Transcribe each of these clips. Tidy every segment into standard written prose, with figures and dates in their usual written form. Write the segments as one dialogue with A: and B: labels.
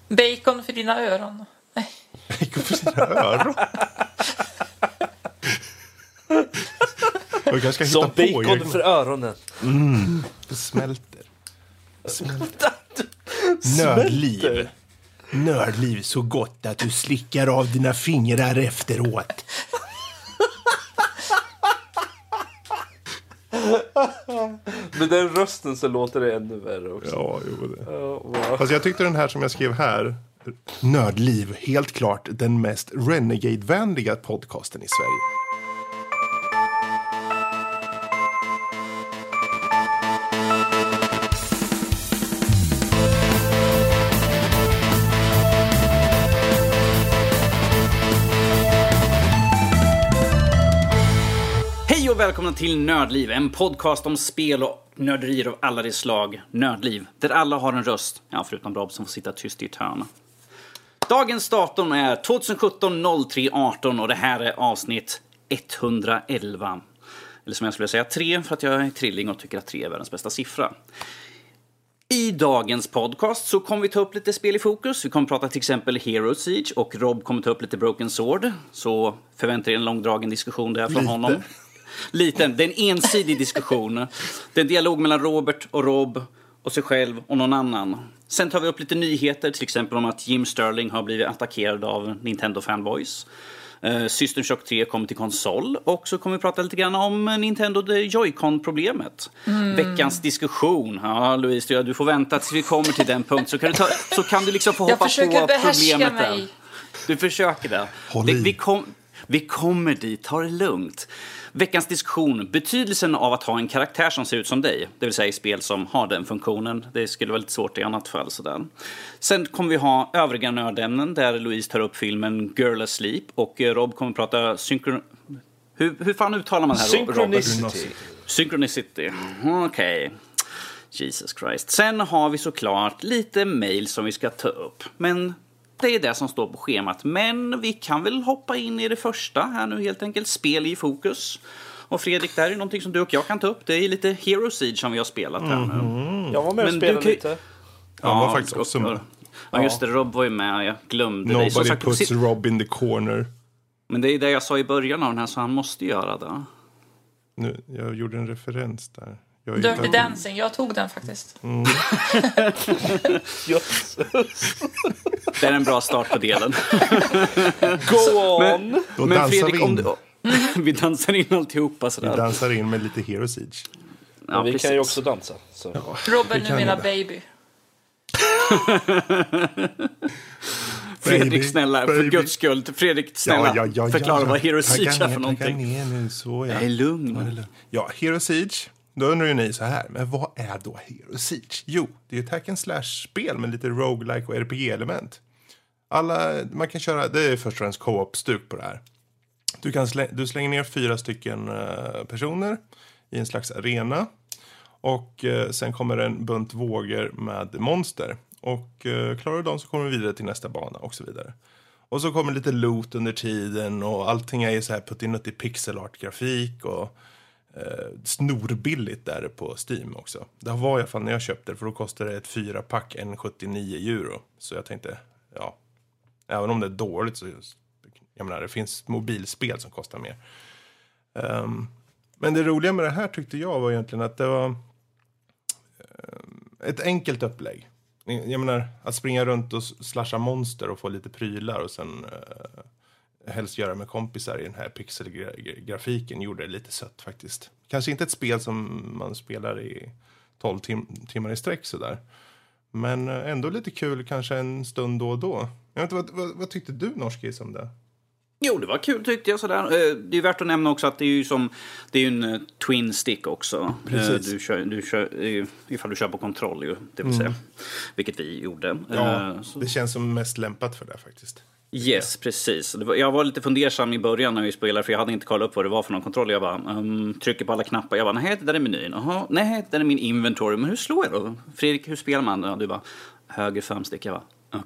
A: Bacon för dina öron. Nej.
B: Bacon för dina öron? Jag kanske ska hitta på
C: bacon för öronen.
B: Det smälter. Nördliv. Nördliv så gott att du slickar av dina fingrar efteråt.
C: Med den rösten så låter det ännu värre också.
B: Ja, jo det.
C: Wow.
B: Fast jag tyckte den här som jag skrev här, Nördliv, helt klart den mest Renegade-vänliga podcasten i Sverige.
D: Hej och välkomna till Nördliv, en podcast om spel och nörderier av alla de slag. Nördliv, där alla har en röst, ja, förutom Rob som får sitta tyst i ett hörn. Dagens datum är 2017-03-18 och det här är avsnitt 111. Eller som jag skulle säga 3, för att jag är trilling och tycker att 3 är världens bästa siffra. I dagens podcast så kommer vi ta upp lite spel i fokus. Vi kommer prata till exempel Hero Siege och Rob kommer ta upp lite Broken Sword. Så förväntar er en långdragen diskussion där från honom. Liten, det är en ensidig diskussion. Det är en dialog mellan Robert och Rob och sig själv och någon annan. Sen tar vi upp lite nyheter, till exempel om att Jim Sterling har blivit attackerad av Nintendo fanboys. System Shock 3 kommer till konsol. Och så kommer vi prata lite grann om Nintendo Joy-Con-problemet. Veckans diskussion. Ja, Louise, du får vänta tills vi kommer till den punkt. Så kan du liksom få hoppa på problemet där. Du försöker det. Vi kommer dit, ta det lugnt. Veckans diskussion, betydelsen av att ha en karaktär som ser ut som dig. Det vill säga i spel som har den funktionen. Det skulle vara lite svårt i annat fall. Sådär. Sen kommer vi ha övriga nördämnen där Louise tar upp filmen Girl Asleep. Och Rob kommer prata Hur fan uttalar man det här? Synchronicity. Okej. Jesus Christ. Sen har vi såklart lite mail som vi ska ta upp. Men det är det som står på schemat. Men vi kan väl hoppa in i det första här nu helt enkelt. Spel i fokus. Och Fredrik, det här är någonting som du och jag kan ta upp. Det är lite Hero Siege som vi har spelat här nu.
C: Jag var med och spelade lite.
B: Ja, var faktiskt också med.
D: Ja, just det. Rob var ju med. Jag glömde
B: Nobody
D: dig. Som sagt,
B: puts Rob in the corner.
D: Men det är det jag sa i början av den här, så han måste göra det.
B: Nu, jag gjorde en referens där.
A: Dirty Dancing, jag tog den faktiskt.
D: Det är en bra start på delen.
C: Go on!
D: Men Fredrik, vi dansar in alltihopa sådär.
B: Vi dansar in med lite Hero Siege.
D: Ja,
C: vi kan ju också dansa. Så.
B: Ja,
A: Robin är mina baby.
D: Fredrik, snälla, för guds skull. Fredrik, snälla, förklara vad Hero Siege är för någonting.
B: Ner nu, så
D: jag är lugn.
B: Ja, Hero Siege. Då undrar ju ni så här, men vad är då Hero Siege? Jo, det är ett hack and slash-spel med lite roguelike och RPG-element. Man kan köra, det är först och främst co-op-stuk på det här. Du slänger ner 4 stycken personer i en slags arena. Och sen kommer en bunt vågor med monster. Och klarar du dem så kommer du vidare till nästa bana och så vidare. Och så kommer lite loot under tiden och allting är ju så här puttinuttig pixel art-grafik och snorbilligt där på Steam också. Det var i alla fall när jag köpte det, för då kostade det ett 4-pack 1,79 euro. Så jag tänkte, ja, även om det är dåligt så jag menar, det finns mobilspel som kostar mer. Men det roliga med det här tyckte jag var egentligen att det var ett enkelt upplägg. Jag menar, att springa runt och slasha monster och få lite prylar och sen helst göra med kompisar i den här pixelgrafiken gjorde det lite sött faktiskt. Kanske inte ett spel som man spelar i 12 timmar i sträck sådär. Men ändå lite kul kanske en stund då och då. Jag vet inte, vad tyckte du, Norskis, om det?
D: Jo, det var kul tyckte jag sådär. Det är värt att nämna också att det är ju en twin stick också. Du kör ifall du kör på kontroll ju, det vill säga. Vilket vi gjorde.
B: Ja, det känns som mest lämpat för det faktiskt.
D: Yes, precis. Jag var lite fundersam i början när vi spelade, för jag hade inte kollat upp vad det var för någon kontroll. Jag bara trycker på alla knappar. Jag bara, nej, det där är menyn. Aha, nej, det där är min inventory. Men hur slår jag då? Fredrik, hur spelar man? Ja, du bara, höger thumbstick. Jag bara,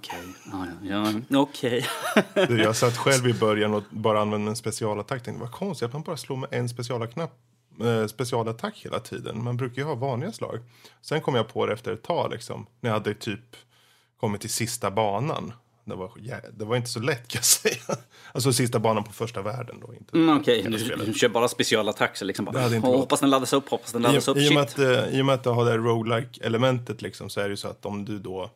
D: okej.
B: Jag satt själv i början och bara använde en specialattack. Tänkte, vad konstigt att man bara slår med en specialattack hela tiden. Man brukar ju ha vanliga slag. Sen kom jag på det efter ett tag liksom. När jag hade typ kommit till sista banan. Det var inte så lätt, kan jag säga. Alltså sista banan på första världen då.
D: Okej, du kör bara specialattacker liksom. Hoppas den laddas upp,
B: I och med att du har det här roguelike-elementet liksom, så är det ju så att om du då...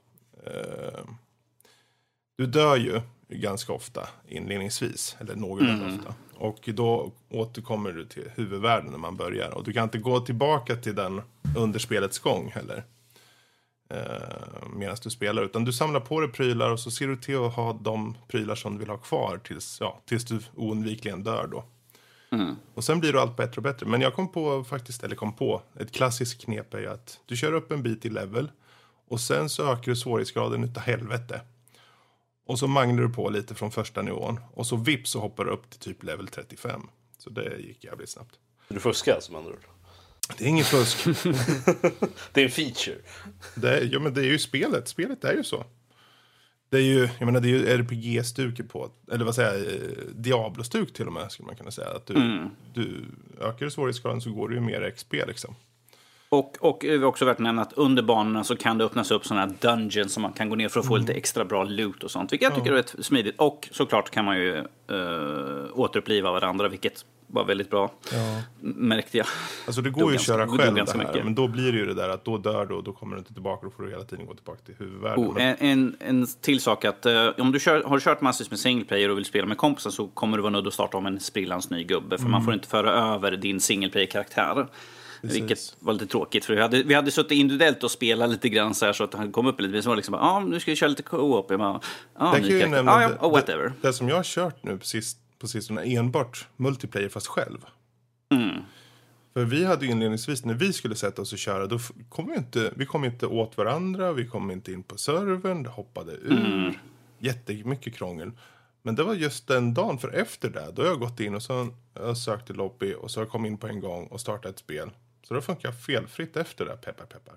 B: du dör ju ganska ofta inledningsvis, eller någorlunda ofta. Och då återkommer du till huvudvärlden när man börjar. Och du kan inte gå tillbaka till den under spelets gång heller. Medan du spelar, utan du samlar på dig prylar och så ser du till att ha de prylar som du vill ha kvar tills du oundvikligen dör då. Och sen blir det allt bättre och bättre. Men jag kom på ett klassiskt knep är ju att du kör upp en bit i level och sen så ökar du svårighetsgraden utav helvete. Och så manglar du på lite från första nivån och så vips så hoppar du upp till typ level 35. Så det gick jävligt snabbt.
C: Du fuskar som andra ord.
B: Det är ingen fusk.
C: Det är en feature.
B: Men det är ju spelet. Spelet är ju så. Det är ju, jag menar, det är ju RPG-stuket på, eller vad säger jag, Diablo-stuk till och med, skulle man kunna säga. Att du ökar svårighetsgraden så går det ju mer XP liksom.
D: Och vi har också värt att nämna att under banorna så kan det öppnas upp sådana här dungeons som man kan gå ner för att få lite extra bra loot och sånt. Vilket jag tycker är rätt smidigt. Och såklart kan man ju återuppliva varandra, vilket var väldigt bra, märkte jag.
B: Alltså det går ju att köra själv det här, men då blir det ju det där att då dör du och då kommer du inte tillbaka och då får du hela tiden gå tillbaka till huvudvärlden.
D: En till sak att om du har kört massvis med single player och vill spela med kompisar så kommer du vara nöjd att starta om en sprillans ny gubbe, för man får inte föra över din single player-karaktär. Precis. Vilket var lite tråkigt, för vi hade suttit individuellt och spelat lite grann så att han kom upp lite, så var liksom nu ska vi köra lite co-op. Whatever.
B: Det som jag har kört nu precis enbart multiplayer fast själv. För vi hade ju inledningsvis, när vi skulle sätta oss och köra, då vi kom inte åt varandra, vi kom inte in på servern, det hoppade ur. Jättemycket krångel. Men det var just den dagen, för efter det, då har jag gått in och så har jag sökt till lobby och så har jag kommit in på en gång och startat ett spel. Så då funkar jag felfritt efter det, peppar.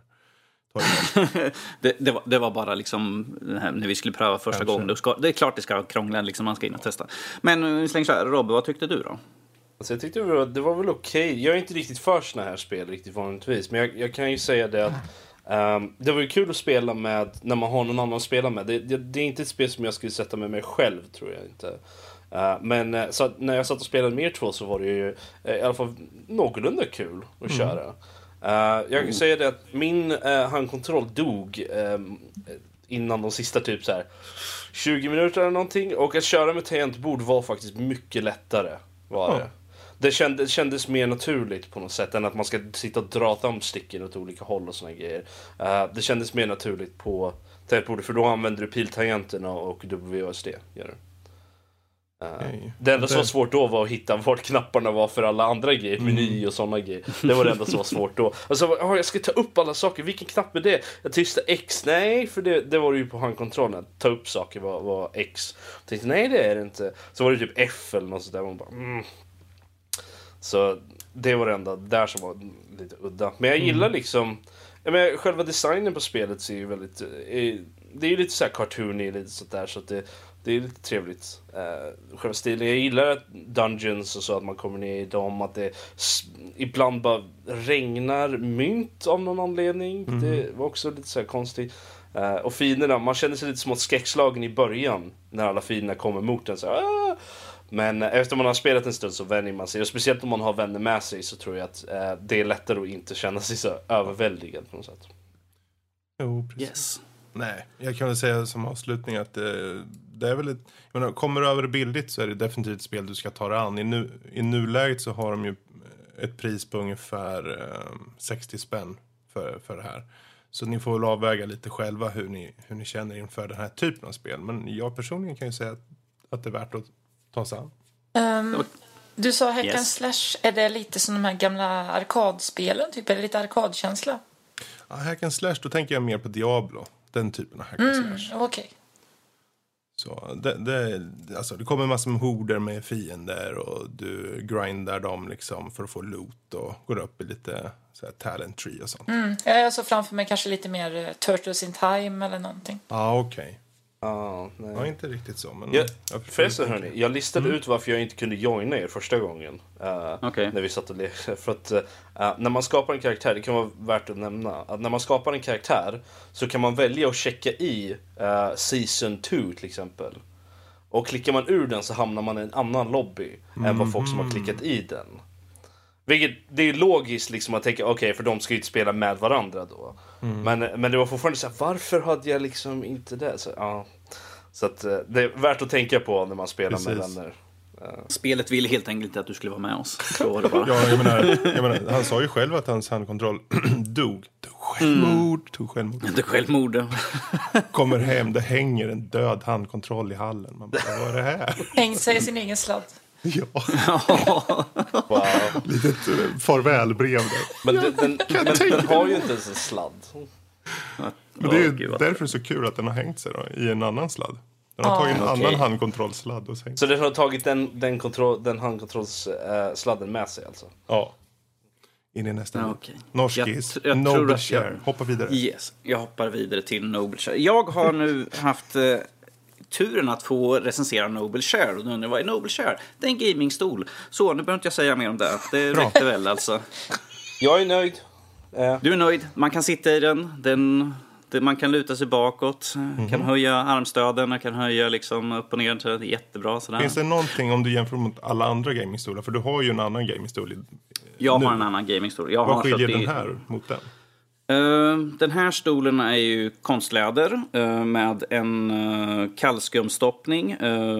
D: det var bara liksom när vi skulle pröva första gången. Det är klart det ska krångla, liksom, man ska in och testa. Men släng så här, Robbe, vad tyckte du då?
C: Alltså jag tyckte det var väl okej. Jag är inte riktigt för såna här spel riktigt vanligtvis, men jag kan ju säga det att det var ju kul att spela med när man har någon annan att spela med. Det är inte ett spel som jag skulle sätta med mig själv, tror jag inte. Men så när jag satt och spelade med er två så var det ju i alla fall någorlunda kul att köra. Jag kan säga det att min handkontroll dog innan de sista typ så här 20 minuter eller någonting. Och att köra med tangentbord var faktiskt mycket lättare. Det kändes mer naturligt på något sätt än att man ska sitta och dra thumbsticken åt olika håll och såna grejer. Det kändes mer naturligt på tangentbordet, för då använder du piltangenterna och WASD. Gör du. Det enda som var svårt då var att hitta vart knapparna var för alla andra grejer, meny och såna grejer. Det var det enda som var svårt då. Alltså, jag ska ta upp alla saker, vilken knapp är det? Jag tyckte X, nej, för det var ju på handkontrollen. Att ta upp saker var X. Jag tänkte, nej det är det inte. Så var det typ F eller något sådär. Man bara, Så det var det enda där som var lite udda. Men jag gillar liksom, själva designen på spelet ser ju väldigt, det är ju lite så här cartoony, lite sånt där, så att det är lite trevligt. Själva stilen, jag gillar dungeons och så, att man kommer ner i dem, att det ibland bara regnar mynt av någon anledning. Det var också lite så här konstigt. Och finerna, man känner sig lite smått skräckslagen i början när alla finerna kommer mot en så här, Men efter man har spelat en stund så vänjer man sig. Och speciellt om man har vänner med sig så tror jag att det är lättare att inte känna sig så överväldigad på något sätt.
B: Jo, precis.
D: Yes.
B: Nej, jag kan väl säga som avslutning att det är väl kommer du över det billigt så är det definitivt ett spel du ska ta dig an. I nuläget så har de ju ett pris på ungefär 60 spänn för det här. Så ni får väl avväga lite själva hur ni känner inför den här typen av spel. Men jag personligen kan ju säga att det är värt att ta sig an.
A: Du sa hack and slash, är det lite som de här gamla arkadspelen? Typ, är det lite arkadkänsla?
B: Ja, hack and slash, då tänker jag mer på Diablo. Den typen av hack and slash.
A: Okej.
B: Så det kommer massor med horder med fiender och du grindar dem liksom för att få loot och går upp i lite så här talent tree och sånt.
A: Jag såg framför mig kanske lite mer Turtles in Time eller någonting.
B: Ja, okej.
C: Nej.
B: Ja, inte riktigt så. Men
C: förresten hörni, jag listade ut varför jag inte kunde joina er första gången. När vi satt och lekte. För att när man skapar en karaktär, det kan vara värt att nämna, att när man skapar en karaktär så kan man välja att checka i Season 2 till exempel. Och klickar man ur den så hamnar man i en annan lobby än vad folk som har klickat i den. Vilket, det är logiskt liksom att tänka, okej, för de ska ju inte spela med varandra då. Men det var fortfarande så här, varför hade jag liksom inte det? Så att det är värt att tänka på när man spelar med vänner.
D: Spelet ville helt enkelt att du skulle vara med oss. Så var det bara.
B: Ja, jag menar, han sa ju själv att hans handkontroll tog självmord. Kommer hem, det hänger en död handkontroll i hallen. Man bara, vad är det här?
A: Hängt sig i sin egen sladd.
B: Ja.
C: Wow.
B: Litet farvälbrev där.
C: Men den har ju inte ens en sladd.
B: Men det är ju därför det är så kul att den har hängt sig då, i en annan sladd. Den har tagit en annan handkontrollsladd och hängt.
C: Så den har tagit den handkontrollsladden med sig alltså?
B: Ja. In i nästa.
D: Okay.
B: Norskis. Noble Share. Hoppa vidare.
D: Yes, jag hoppar vidare till Noble Share. Jag har nu haft turen att få recensera Noble Share. Och nu undrar, vad är Noble Share? Det är en gamingstol. Så, nu behöver inte jag säga mer om det. Det räckte väl alltså.
C: Jag är nöjd.
D: Du är nöjd. Man kan sitta i den man kan luta sig bakåt. Kan höja armstöden. Man kan höja liksom upp och ner. Det är jättebra. Sådär.
B: Finns det någonting om du jämför mot alla andra gamingstolar? För du har ju en annan gamingstol.
D: Jag har en annan gamingstol.
B: Vad skiljer den här mot den?
D: Den här stolen är ju konstläder med en kallskumstoppning.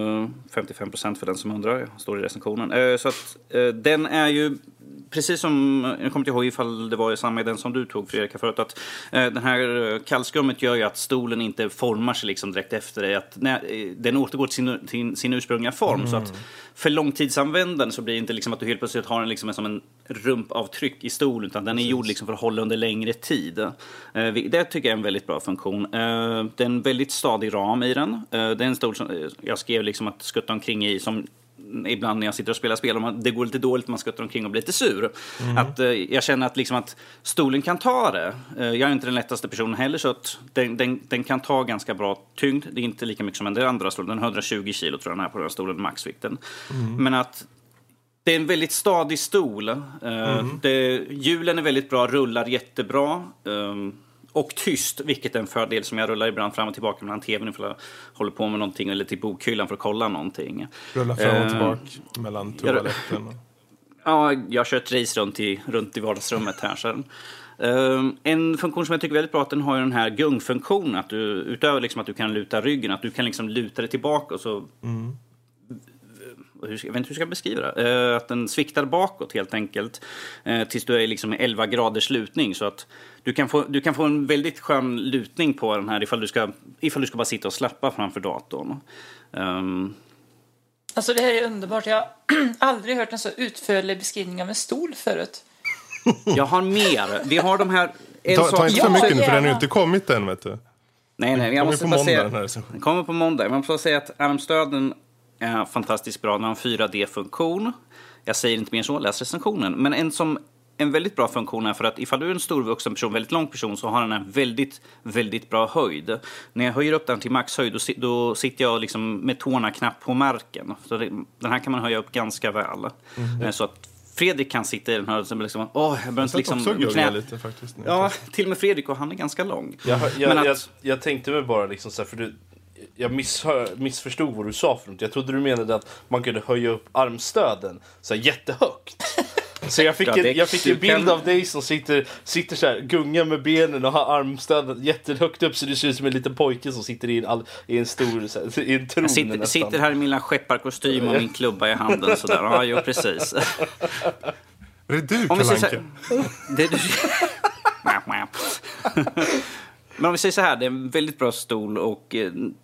D: 55% för den som undrar, står i recensionen. Så att den är ju, precis som, jag kommer inte ihåg ifall det var samma i den som du tog, Fredrik, förut, att den här kallskummet gör ju att stolen inte formar sig liksom direkt efter det. Att den återgår till sin ursprungliga form. Så att för långtidsanvändaren så blir det inte liksom att du helt plötsligt har liksom som en rumpavtryck i stolen, utan den är gjord liksom för att hålla under längre tid. Det tycker jag är en väldigt bra funktion. Det är en väldigt stadig ram i den. Det är en stol som jag skrev liksom att skutta omkring i, som ibland när jag sitter och spelar spel, det går lite dåligt, man skuttar omkring och blir lite sur. Att jag känner att, liksom att stolen kan ta det. Jag är inte den lättaste personen heller, så att den kan ta ganska bra tyngd. Det är inte lika mycket som en del andra stolar. Den är 120 kilo tror jag den är på den här stolen, maxvikten. Men att det är en väldigt stadig stol. Hjulen är väldigt bra, rullar jättebra. Och tyst, vilket är en fördel som jag rullar ibland fram och tillbaka mellan tvn för att jag håller på med någonting, eller till bokhyllan för att kolla någonting.
B: Rulla fram och tillbaka mellan toaletten.
D: Ja, jag kör ett race runt i vardagsrummet här sen. En funktion som jag tycker är väldigt bra, att den har ju den här gungfunktionen, att du, utöver liksom att du kan luta ryggen, att du kan liksom luta dig tillbaka och så... Jag vet inte hur jag ska beskriva det. Att den sviktar bakåt helt enkelt tills du är liksom 11 graders lutning, så att du kan få en väldigt skön lutning på den här ifall du ska bara sitta och slappa framför datorn.
A: Alltså det här är underbart. Jag har aldrig hört en så utförlig beskrivning av en stol förut.
D: Jag har mer. Vi har de här...
B: Ta inte för mycket nu, för den har ju inte kommit än, vet du.
D: Nej, jag måste bara säga... Den kommer på måndag. Man måste säga att armstöden är fantastiskt bra. Den har en 4D-funktion. Jag säger inte mer så, läs recensionen. Men en väldigt bra funktion är för att ifall du är en storvuxen person, väldigt lång person, så har den en väldigt, väldigt bra höjd. När jag höjer upp den till maxhöjd, då sitter jag liksom med tårna knappt på marken. Så den här kan man höja upp ganska väl. Så att Fredrik kan sitta i den här och liksom, jag behöver inte liksom
B: lite faktiskt.
D: Ja, till och med Fredrik, och han är ganska lång.
C: Jag tänkte mig bara liksom så här, för jag missförstod vad du sa för något. Jag trodde du menade att man kunde höja upp armstöden så här jättehögt. Så jag fick en bild av dig som sitter så här, gungar med benen och har armstöden jättehögt upp, så det ser ut som en liten pojke som sitter i en stor så här, i en tron.
D: Jag sitter här i min lilla skepparkostym och min klubba i handen så där. Ja, jo, precis.
B: Är det du, Kalle Anka?
D: Det är du. Men om vi säger så här, det är en väldigt bra stol, och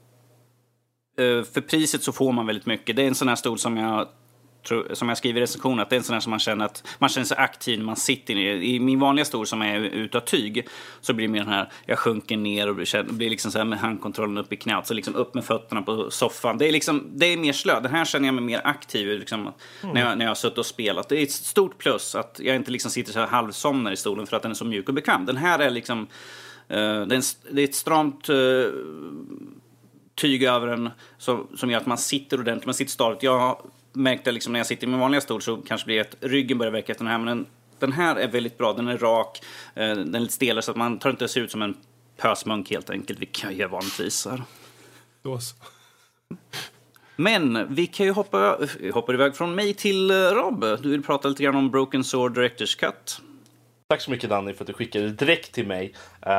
D: för priset så får man väldigt mycket. Det är en sån här stol som jag skriver i recensionen, att det är en sån här som man känner sig aktiv när man sitter ner. I min vanliga stol som är utav tyg, så blir det mer den här, jag sjunker ner och blir liksom så här med handkontrollen upp i knät, så liksom upp med fötterna på soffan. Det är mer slö. Den här känner jag mig mer aktiv liksom, när jag har suttit och spelat. Det är ett stort plus att jag inte liksom sitter så här halvsomnar i stolen för att den är så mjuk och bekväm. Den här är liksom det är ett stramt tyg över den som gör att man sitter ordentligt, man sitter stadigt. Jag märkte liksom när jag sitter i min vanliga stol så kanske blir att ryggen börjar verka efter den här, men den här är väldigt bra, den är rak, den är lite stelare så att man tar inte se ut som en pösmunk helt enkelt, vilket jag gör vanligtvis här.
B: Då så.
D: Men vi kan ju hoppa iväg från mig till Rob. Du vill prata lite grann om Broken Sword Director's Cut.
C: Tack så mycket Danny för att du skickade direkt till mig.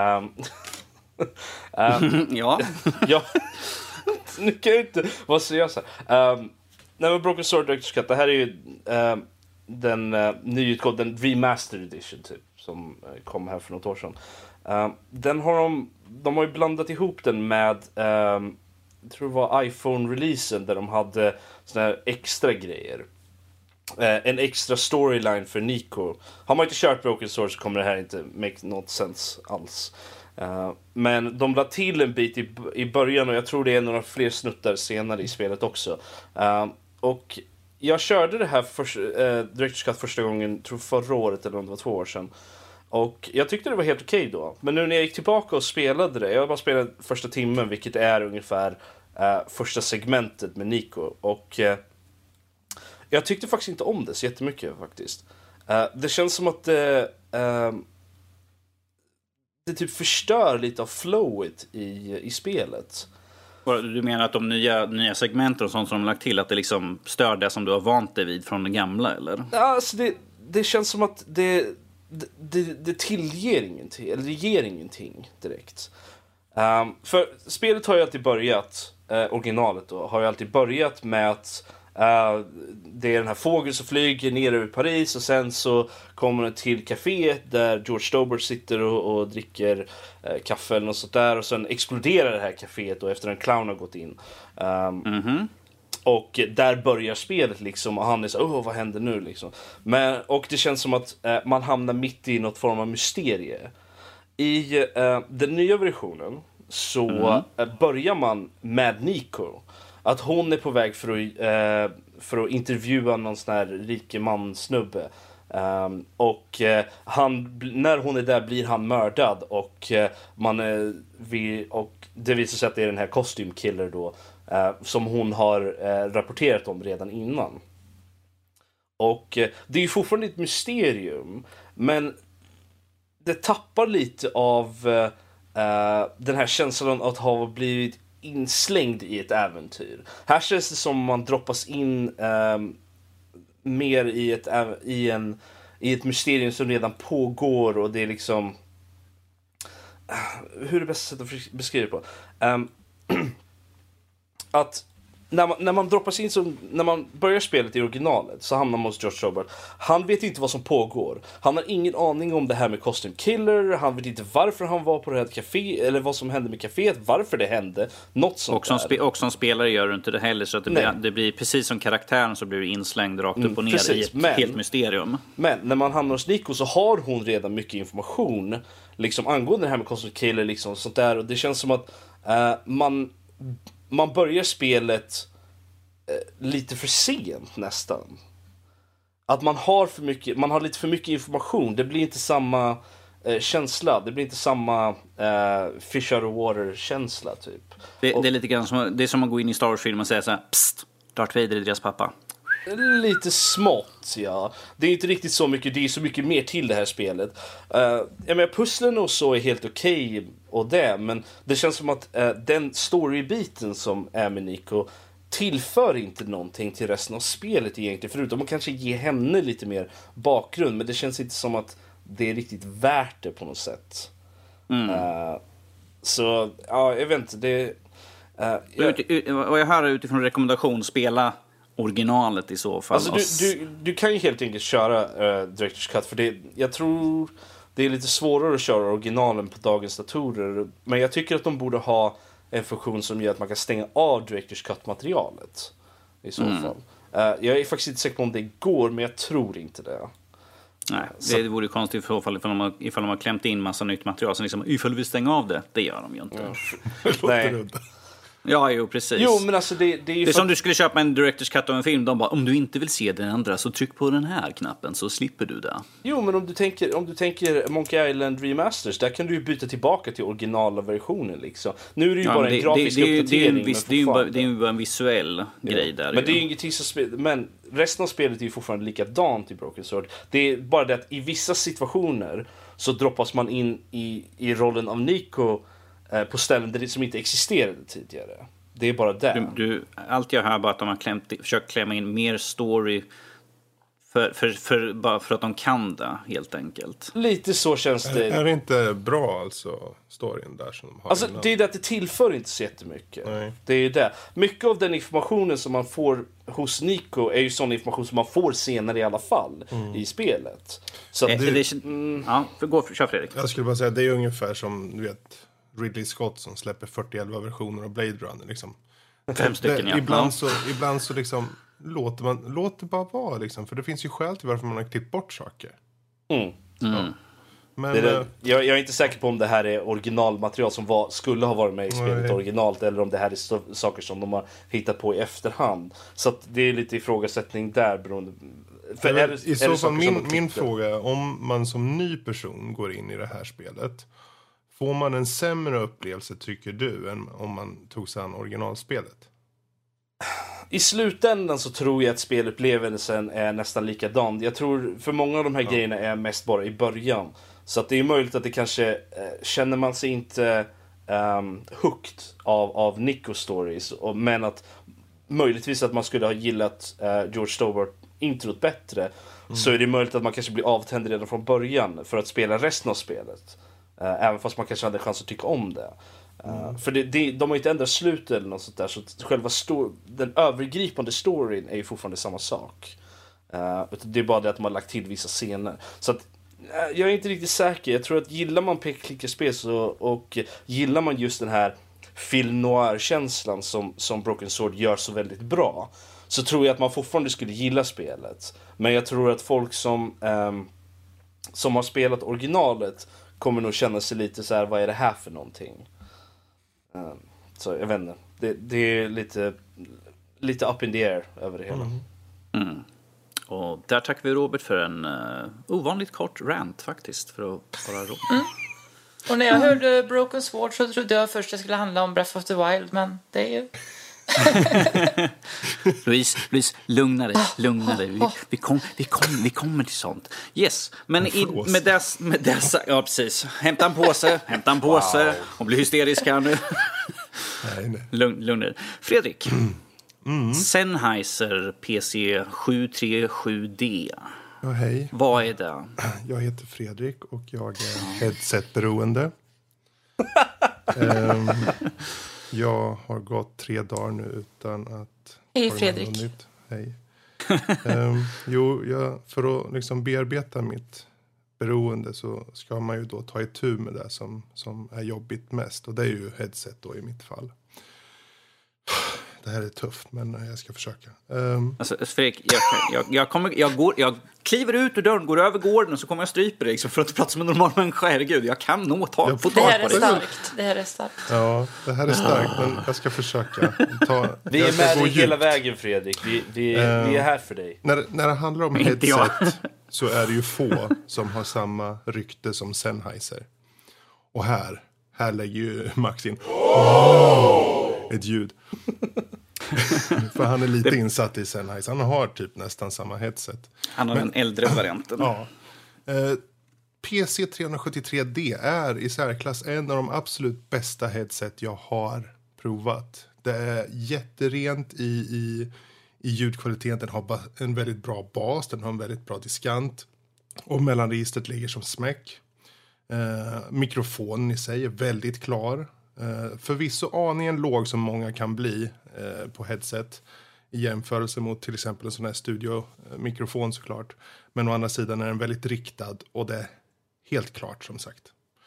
D: Ja.
C: Ja. Nu kan jag inte vara seriös här. Nej, men Broken Sword Director's Cut, det här är ju den nyutgåvna, den remastered edition typ, som kom här för något år sedan. Den har de har ju blandat ihop den med jag tror det var iPhone-releasen där de hade såna här extra grejer. En extra storyline för Nico. Har man inte kört Broken Sword så kommer det här inte make något sense alls. Men de la till en bit i början och jag tror det är några fler snuttar senare i spelet också. Och jag körde det här Director's Cut första gången, tror förra året eller om det var 2 år sedan. Och jag tyckte det var helt okej då. Men nu när jag gick tillbaka och spelade det, jag bara spelade första timmen, vilket är ungefär första segmentet med Nico. Och jag tyckte faktiskt inte om det så jättemycket faktiskt. Det känns som att det typ förstör lite av flowet i spelet.
D: Du menar att de nya segmenten och sånt som de lagt till, att det liksom stör det som du har vant dig vid från det gamla, eller?
C: Ja, alltså det känns som att det tillger ingenting, eller det ger ingenting direkt. För spelet har ju alltid börjat, originalet då, har ju alltid börjat med att det är den här fågeln som flyger ner över Paris och sen så kommer den till kaféet där George Stobart sitter och dricker kaffe eller något sånt där, och sen exploderar det här kaféet då efter en clown har gått in. Och där börjar spelet liksom, och han är så vad händer nu liksom. Och det känns som att man hamnar mitt i något form av mysterie. I den nya versionen så börjar man med Nico. Att hon är på väg för att intervjua någon sån här rikeman-snubbe. Och när hon är där blir han mördad. Och och det visar sig att det är den här Costume Killer då, som hon har rapporterat om redan innan. Och det är ju fortfarande ett mysterium, men det tappar lite av den här känslan att ha blivit inslängd i ett äventyr. Här känns det som man droppas in mer i ett mysterium som redan pågår, och det är liksom hur är det bästa sättet att beskriva det på? Att när man droppas in, när man börjar spelet i originalet, så hamnar man hos George Stobart. Han vet inte vad som pågår. Han har ingen aning om det här med Costume Killer. Han vet inte varför han var på det här café, eller vad som hände med kaféet, varför det hände. Något sånt
D: och som spelare gör du inte det heller, så att det blir precis som karaktären, så blir du inslängd rakt upp och ner precis, i ett helt mysterium. Men
C: när man hamnar hos Nico så har hon redan mycket information liksom angående det här med Costume Killer liksom, sånt där, och det känns som att man börjar spelet lite för sent nästan. Att man har lite för mycket information. Det blir inte samma känsla. Det blir inte samma fish out of water känsla typ.
D: Det är lite grann det är som att gå in i Star Wars-film och säga så här: psst, Darth Vader är deras pappa.
C: Lite smått, ja. Det är inte riktigt så mycket. Det är så mycket mer till det här spelet. Jag menar, pusslen och så är helt okej och det, men det känns som att den storybiten som är med Nico tillför inte någonting till resten av spelet egentligen, förutom att kanske ge henne lite mer bakgrund, men det känns inte som att det är riktigt värt det på något sätt. Så, ja, jag vet inte.
D: Och jag hör utifrån rekommendation, spela originalet i så fall.
C: Alltså du kan ju helt enkelt köra Director's Cut, för jag tror det är lite svårare att köra originalen på dagens datorer, men jag tycker att de borde ha en funktion som gör att man kan stänga av Director's Cut-materialet i så fall. Jag är faktiskt inte säker på om det går, men jag tror inte det.
D: Nej, det vore konstigt i så fall ifall de har klämt in massa nytt material. Så liksom, ifall vi stänger av det gör de ju inte.
C: Nej.
D: Ja, jo, precis.
C: Jo, men alltså det är ju...
D: Det är som du skulle köpa en Director's Cut av en film. De bara, om du inte vill se den andra så tryck på den här knappen så slipper du det.
C: Jo, men om du tänker Monkey Island Remasters, där kan du ju byta tillbaka till originala versionen liksom. Nu är det ju bara en grafisk uppdatering.
D: Det är ju en visuell grej där.
C: Men det är ju ingenting som men resten av spelet är ju fortfarande likadant i Broken Sword. Det är bara det att i vissa situationer så droppas man in i rollen av Nico på ställen där det som inte existerade tidigare. Det är bara det.
D: Allt jag hör bara att de har försökt klämma in mer story bara för att de kan det, helt enkelt.
C: Lite så känns det.
B: Är det inte bra alltså, storyn där som de har?
C: Alltså det är det att det tillför inte så jättemycket.
B: Nej.
C: Det är ju det. Mycket av den informationen som man får hos Nico är ju sån information som man får senare i alla fall i spelet. Så att
D: kör Fredrik.
B: Jag skulle bara säga, det är ungefär som du vet Ridley Scott som släpper 40-11 versioner av Blade Runner liksom.
D: 5 stycken, ja.
B: Ibland så liksom låter bara vara liksom, för det finns ju skäl till varför man har klippt bort saker. Men
C: jag är inte säker på om det här är originalmaterial som skulle ha varit med i spelet originalt, eller om det här är saker som de har hittat på i efterhand. Så att det är lite ifrågasättning där beroende.
B: I så fall min fråga, om man som ny person går in i det här spelet, får man en sämre upplevelse tycker du än om man tog sig an originalspelet?
C: I slutändan så tror jag att spelupplevelsen är nästan likadan. Jag tror för många av de här grejerna är mest bara i början. Så att det är möjligt att det kanske känner man sig inte hooked av Nico stories, men att möjligtvis att man skulle ha gillat George Stobart introt bättre, så är det möjligt att man kanske blir avtänd redan från början för att spela resten av spelet. Även fast man kanske hade chans att tycka om det. För de har inte ändrat slutet eller något sånt där, så själva den övergripande storyn är ju fortfarande samma sak. Det är bara det att de har lagt till vissa scener. Så att, jag är inte riktigt säker. Jag tror att gillar man pek-klickerspel och gillar man just den här film noir-känslan som Broken Sword gör så väldigt bra, så tror jag att man fortfarande skulle gilla spelet. Men jag tror att folk som har spelat originalet kommer nog känna sig lite så här: vad är det här för någonting? Så jag vet inte. Det är lite up in the air över det hela.
D: Och där tackar vi Robert för en ovanligt kort rant faktiskt, för att vara Robert.
A: Och när jag hörde Broken Sword så trodde jag först det skulle handla om Breath of the Wild, men det är ju...
D: Louise, lugna dig. Vi kommer till sånt. Yes, men med dessa, ja precis. Hämta en påse och bli hysterisk här nu.
B: Nej.
D: Lugn dig. Fredrik. Sennheiser PC 737D.
B: Ja, hej.
D: Vad är det?
B: Jag heter Fredrik och jag är headset-beroende. Jag har gått 3 dagar nu utan att...
A: Hej Fredrik.
B: Hej. För att liksom bearbeta mitt beroende så ska man ju då ta itu med det som är jobbigt mest. Och det är ju headset då i mitt fall. Det här är tufft, men jag ska försöka.
D: Alltså, Fredrik, jag kliver ut ur dörren, går över gården och så kommer jag strypa dig liksom, för att prata som en normal människa. Herregud, jag kan nog få tag på det.
A: Det här är starkt.
B: Ja, det här är starkt, men jag ska försöka.
C: Vi är med dig hela vägen, Fredrik. Vi är här för dig.
B: När det handlar om headset så är det ju få som har samma rykte som Sennheiser. Och här lägger ju Max in ett ljud. För han är lite insatt i Sennheiser. Han har typ nästan samma headset.
D: Han har den äldre varianten.
B: Ja. PC 373D är i särklass en av de absolut bästa headset jag har provat. Det är jätterent i ljudkvaliteten. Den har en väldigt bra bas. Den har en väldigt bra diskant. Och mellanregistret ligger som smäck. Mikrofonen i sig är väldigt klar. Förvisso aningen låg som många kan bli på headset i jämförelse mot till exempel en sån här studiomikrofon såklart. Men å andra sidan är den väldigt riktad och det är helt klart som sagt.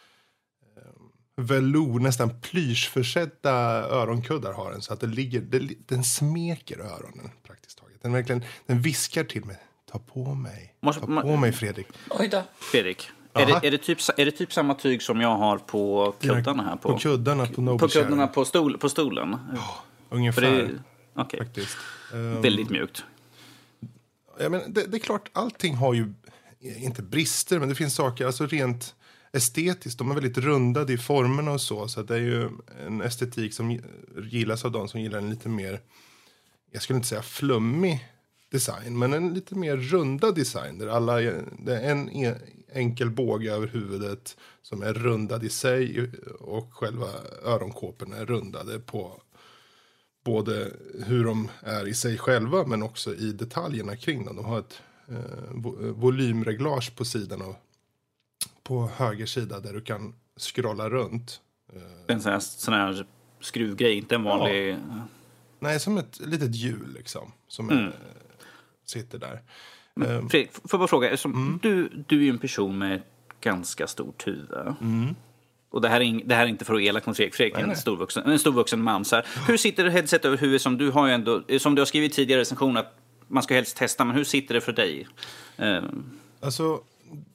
B: Velour, nästan plyschförsedda öronkuddar har den så att den smeker öronen praktiskt taget. Den viskar till mig. Ta på mig Fredrik.
A: Oj då.
D: Fredrik, Är det typ samma tyg som jag har på kuddarna här?
B: På kuddarna på Noble
D: På kuddarna på stolen?
B: Ja, ungefär.
D: Okej.
B: Faktiskt.
D: Väldigt mjukt.
B: Ja, men det är klart, allting har ju inte brister, men det finns saker, alltså rent estetiskt, de är väldigt rundade i formerna och så att det är ju en estetik som gillas av de som gillar en lite mer, jag skulle inte säga flummig design, men en lite mer rundad design där det är en enkel båge över huvudet som är rundad i sig och själva öronkåporna är rundade på både hur de är i sig själva men också i detaljerna kring dem. De har ett volymreglage på sidan och på höger sida där du kan scrolla runt.
D: En sån här skruvgrej, inte en vanlig... Ja.
B: Nej, som ett litet hjul liksom som sitter där.
D: Fredrik, får jag bara fråga, du är ju en person med ganska stort huvud. Och det här är inte för att elak mot Fredrik. Fredrik är en storvuxen man. Så här. Hur sitter det headset över huvudet som du har ju ändå, som du har skrivit tidigare i recensionen att man ska helst testa, men hur sitter det för dig?
B: Alltså,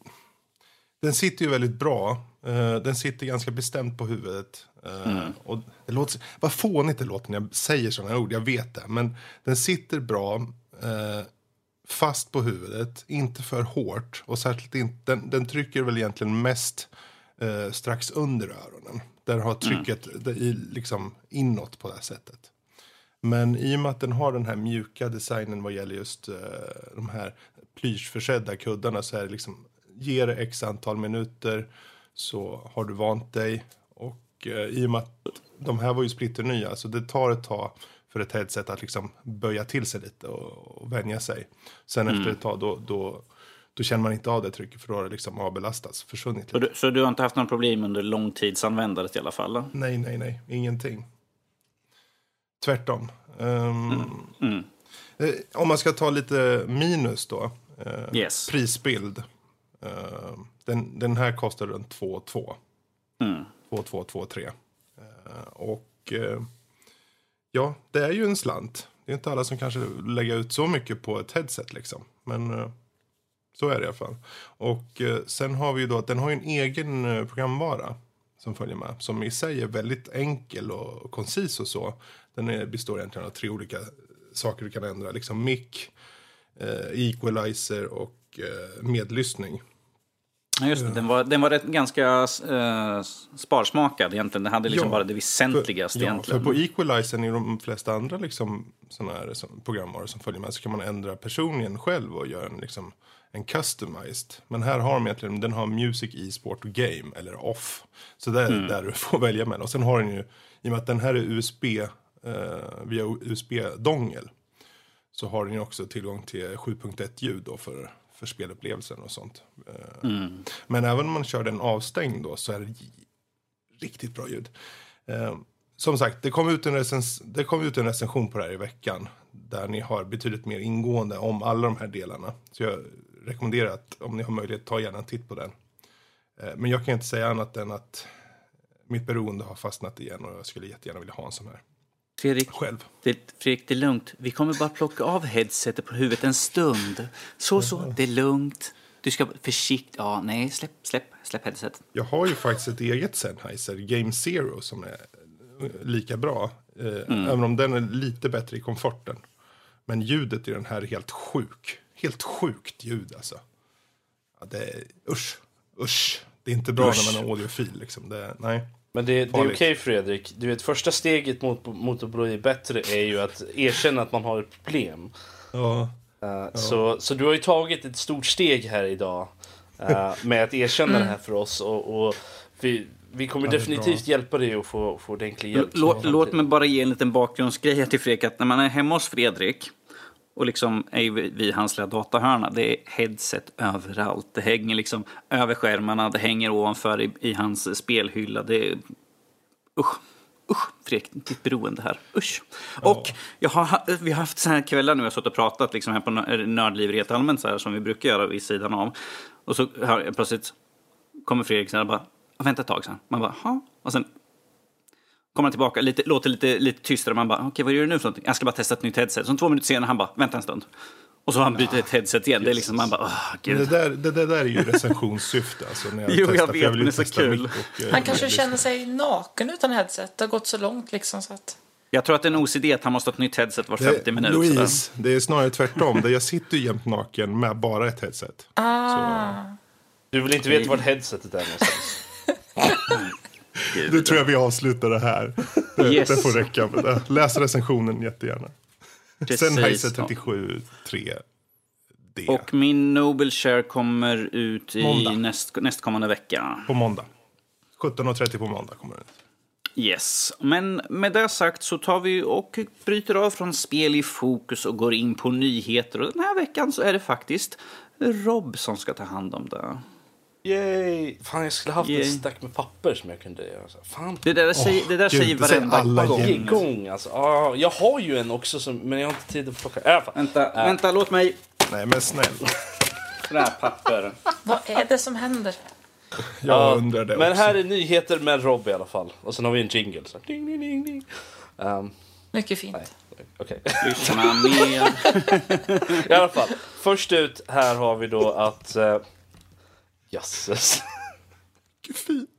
B: den sitter ju väldigt bra. Den sitter ganska bestämt på huvudet. Och det låter, vad fånigt det låter när jag säger sådana ord, jag vet det. Men den sitter bra, fast på huvudet, inte för hårt. Och särskilt inte, den trycker väl egentligen mest strax under öronen. Där har trycket liksom inåt på det här sättet. Men i och med att den har den här mjuka designen vad gäller just de här plyschförsedda kuddarna så är det liksom, ger det x antal minuter så har du vant dig. Och i och med att de här var ju splitternya så det tar ett tag för ett headset att liksom böja till sig lite och vänja sig. Sen efter ett tag då känner man inte av det trycket för då har det liksom avbelastats, försvunnit lite.
D: Så du har inte haft några problem under långtidsanvändandet i alla fall?
B: Nej, ingenting. Tvärtom. Om man ska ta lite minus då.
D: Yes.
B: Prisbild. Den här kostar runt 2,2. 2,3. Och ja, det är ju en slant. Det är inte alla som kanske lägger ut så mycket på ett headset liksom. Men så är det i alla fall. Och sen har vi ju då att den har en egen programvara som följer med. Som i sig är väldigt enkel och koncis och så. Den består egentligen av 3 olika saker du kan ändra. Liksom mic, equalizer och medlyssning.
D: Ja, just det. Den var ganska sparsmakad egentligen. Den hade liksom bara det väsentligaste egentligen.
B: För på equalizern i de flesta andra liksom, såna här programvaror som följer med så kan man ändra personligen själv och göra en customized. Men här har de egentligen, den har music, e-sport och game eller off. Så det är där du får välja med. Och sen har den ju, i och med att den här är USB via USB-dongel så har den ju också tillgång till 7.1 ljud då för spelupplevelsen och sånt. Men även om man kör den avstängd då så är det riktigt bra ljud. Som sagt, det kom ut en recension på det här i veckan där ni har betydligt mer ingående om alla de här delarna. Så jag rekommenderar att om ni har möjlighet ta gärna en titt på den. Men jag kan inte säga annat än att mitt beroende har fastnat igen och jag skulle jättegärna vilja ha en sån här.
D: Fredrik,
B: själv.
D: Fredrik, det är lugnt. Vi kommer bara plocka av headsetet på huvudet en stund. Så, det är lugnt. Du ska försiktigt... Ja, nej, släpp headsetet.
B: Jag har ju faktiskt ett eget Sennheiser, Game Zero, som är lika bra. Även om den är lite bättre i komforten. Men ljudet i den här är helt sjuk. Helt sjukt ljud, alltså. Ja, det är... Usch. Det är inte bra när man är audiofil, liksom. Nej.
C: Men det är okej, Fredrik. Du vet, första steget mot att bli bättre är ju att erkänna att man har ett problem.
B: Ja.
C: Så du har ju tagit ett stort steg här idag med att erkänna det här för oss. Och vi kommer definitivt hjälpa dig att få ordentlig hjälp.
D: Låt mig bara ge en liten bakgrundsgrej till Fredrik. Att när man är hemma hos Fredrik och liksom är vid hans lilla datahörna, det är headset överallt. Det hänger liksom över skärmarna, det hänger ovanför i hans spelhylla. Det är... Usch, Fredrik, ditt beroende här. Usch. Ja. Och vi har haft så här kvällar nu, jag har suttit och pratat liksom här på Nördliv rent allmänt så här, som vi brukar göra vid sidan av. Och så hör plötsligt kommer Fredrik så här bara, vänta ett tag sen. Man bara, ha. Och sen kommer han tillbaka, låter lite tystare. Man bara, okej, vad gör du nu för någonting? Jag ska bara testa ett nytt headset. Så 2 minuter senare han bara, vänta en stund. Och så har han bytt ett headset igen. Det är liksom man bara, gud.
B: Det där är ju recensionssyfte. Alltså, när
D: Jo, jag
B: testar,
D: vet, men det är så kul.
A: Han kanske känner sig naken utan headset. Det har gått så långt liksom så att...
D: Jag tror att det är en OCD att han måste ha ett nytt headset var 50 minuter.
B: Louise, det är snarare tvärtom. Jag sitter ju jämt naken med bara ett headset.
C: Du vill inte veta vart headsetet är någonstans.
B: Det tror jag vi avslutar det här. Det får räcka med det. Läs recensionen jättegärna. Sennheiser 37.3D.
D: Och min Noble Share kommer ut i nästkommande vecka.
B: På måndag. 17.30 på måndag kommer den ut.
D: Yes, men med det sagt så tar vi och bryter av från spel i fokus och går in på nyheter. Och den här veckan så är det faktiskt Rob som ska ta hand om det.
C: Yay! Fan, jag skulle haft en stack med papper som jag kunde göra. Fan.
D: Det där säger varenda
C: gång. Alltså. Jag har ju en också, men jag har inte tid att plocka.
D: Vänta, låt mig.
B: Nej, men snäll.
D: Det här papper.
A: Vad är det som händer?
B: Jag undrar det
C: men
B: också.
C: här är nyheter med Rob i alla fall. Och sen har vi en jingle. Så. Ding, ding, ding, ding.
A: Mycket fint.
C: Okej.
D: Lyssna mer.
C: I alla fall. Först ut här har vi då att... Jösses.
B: Fint.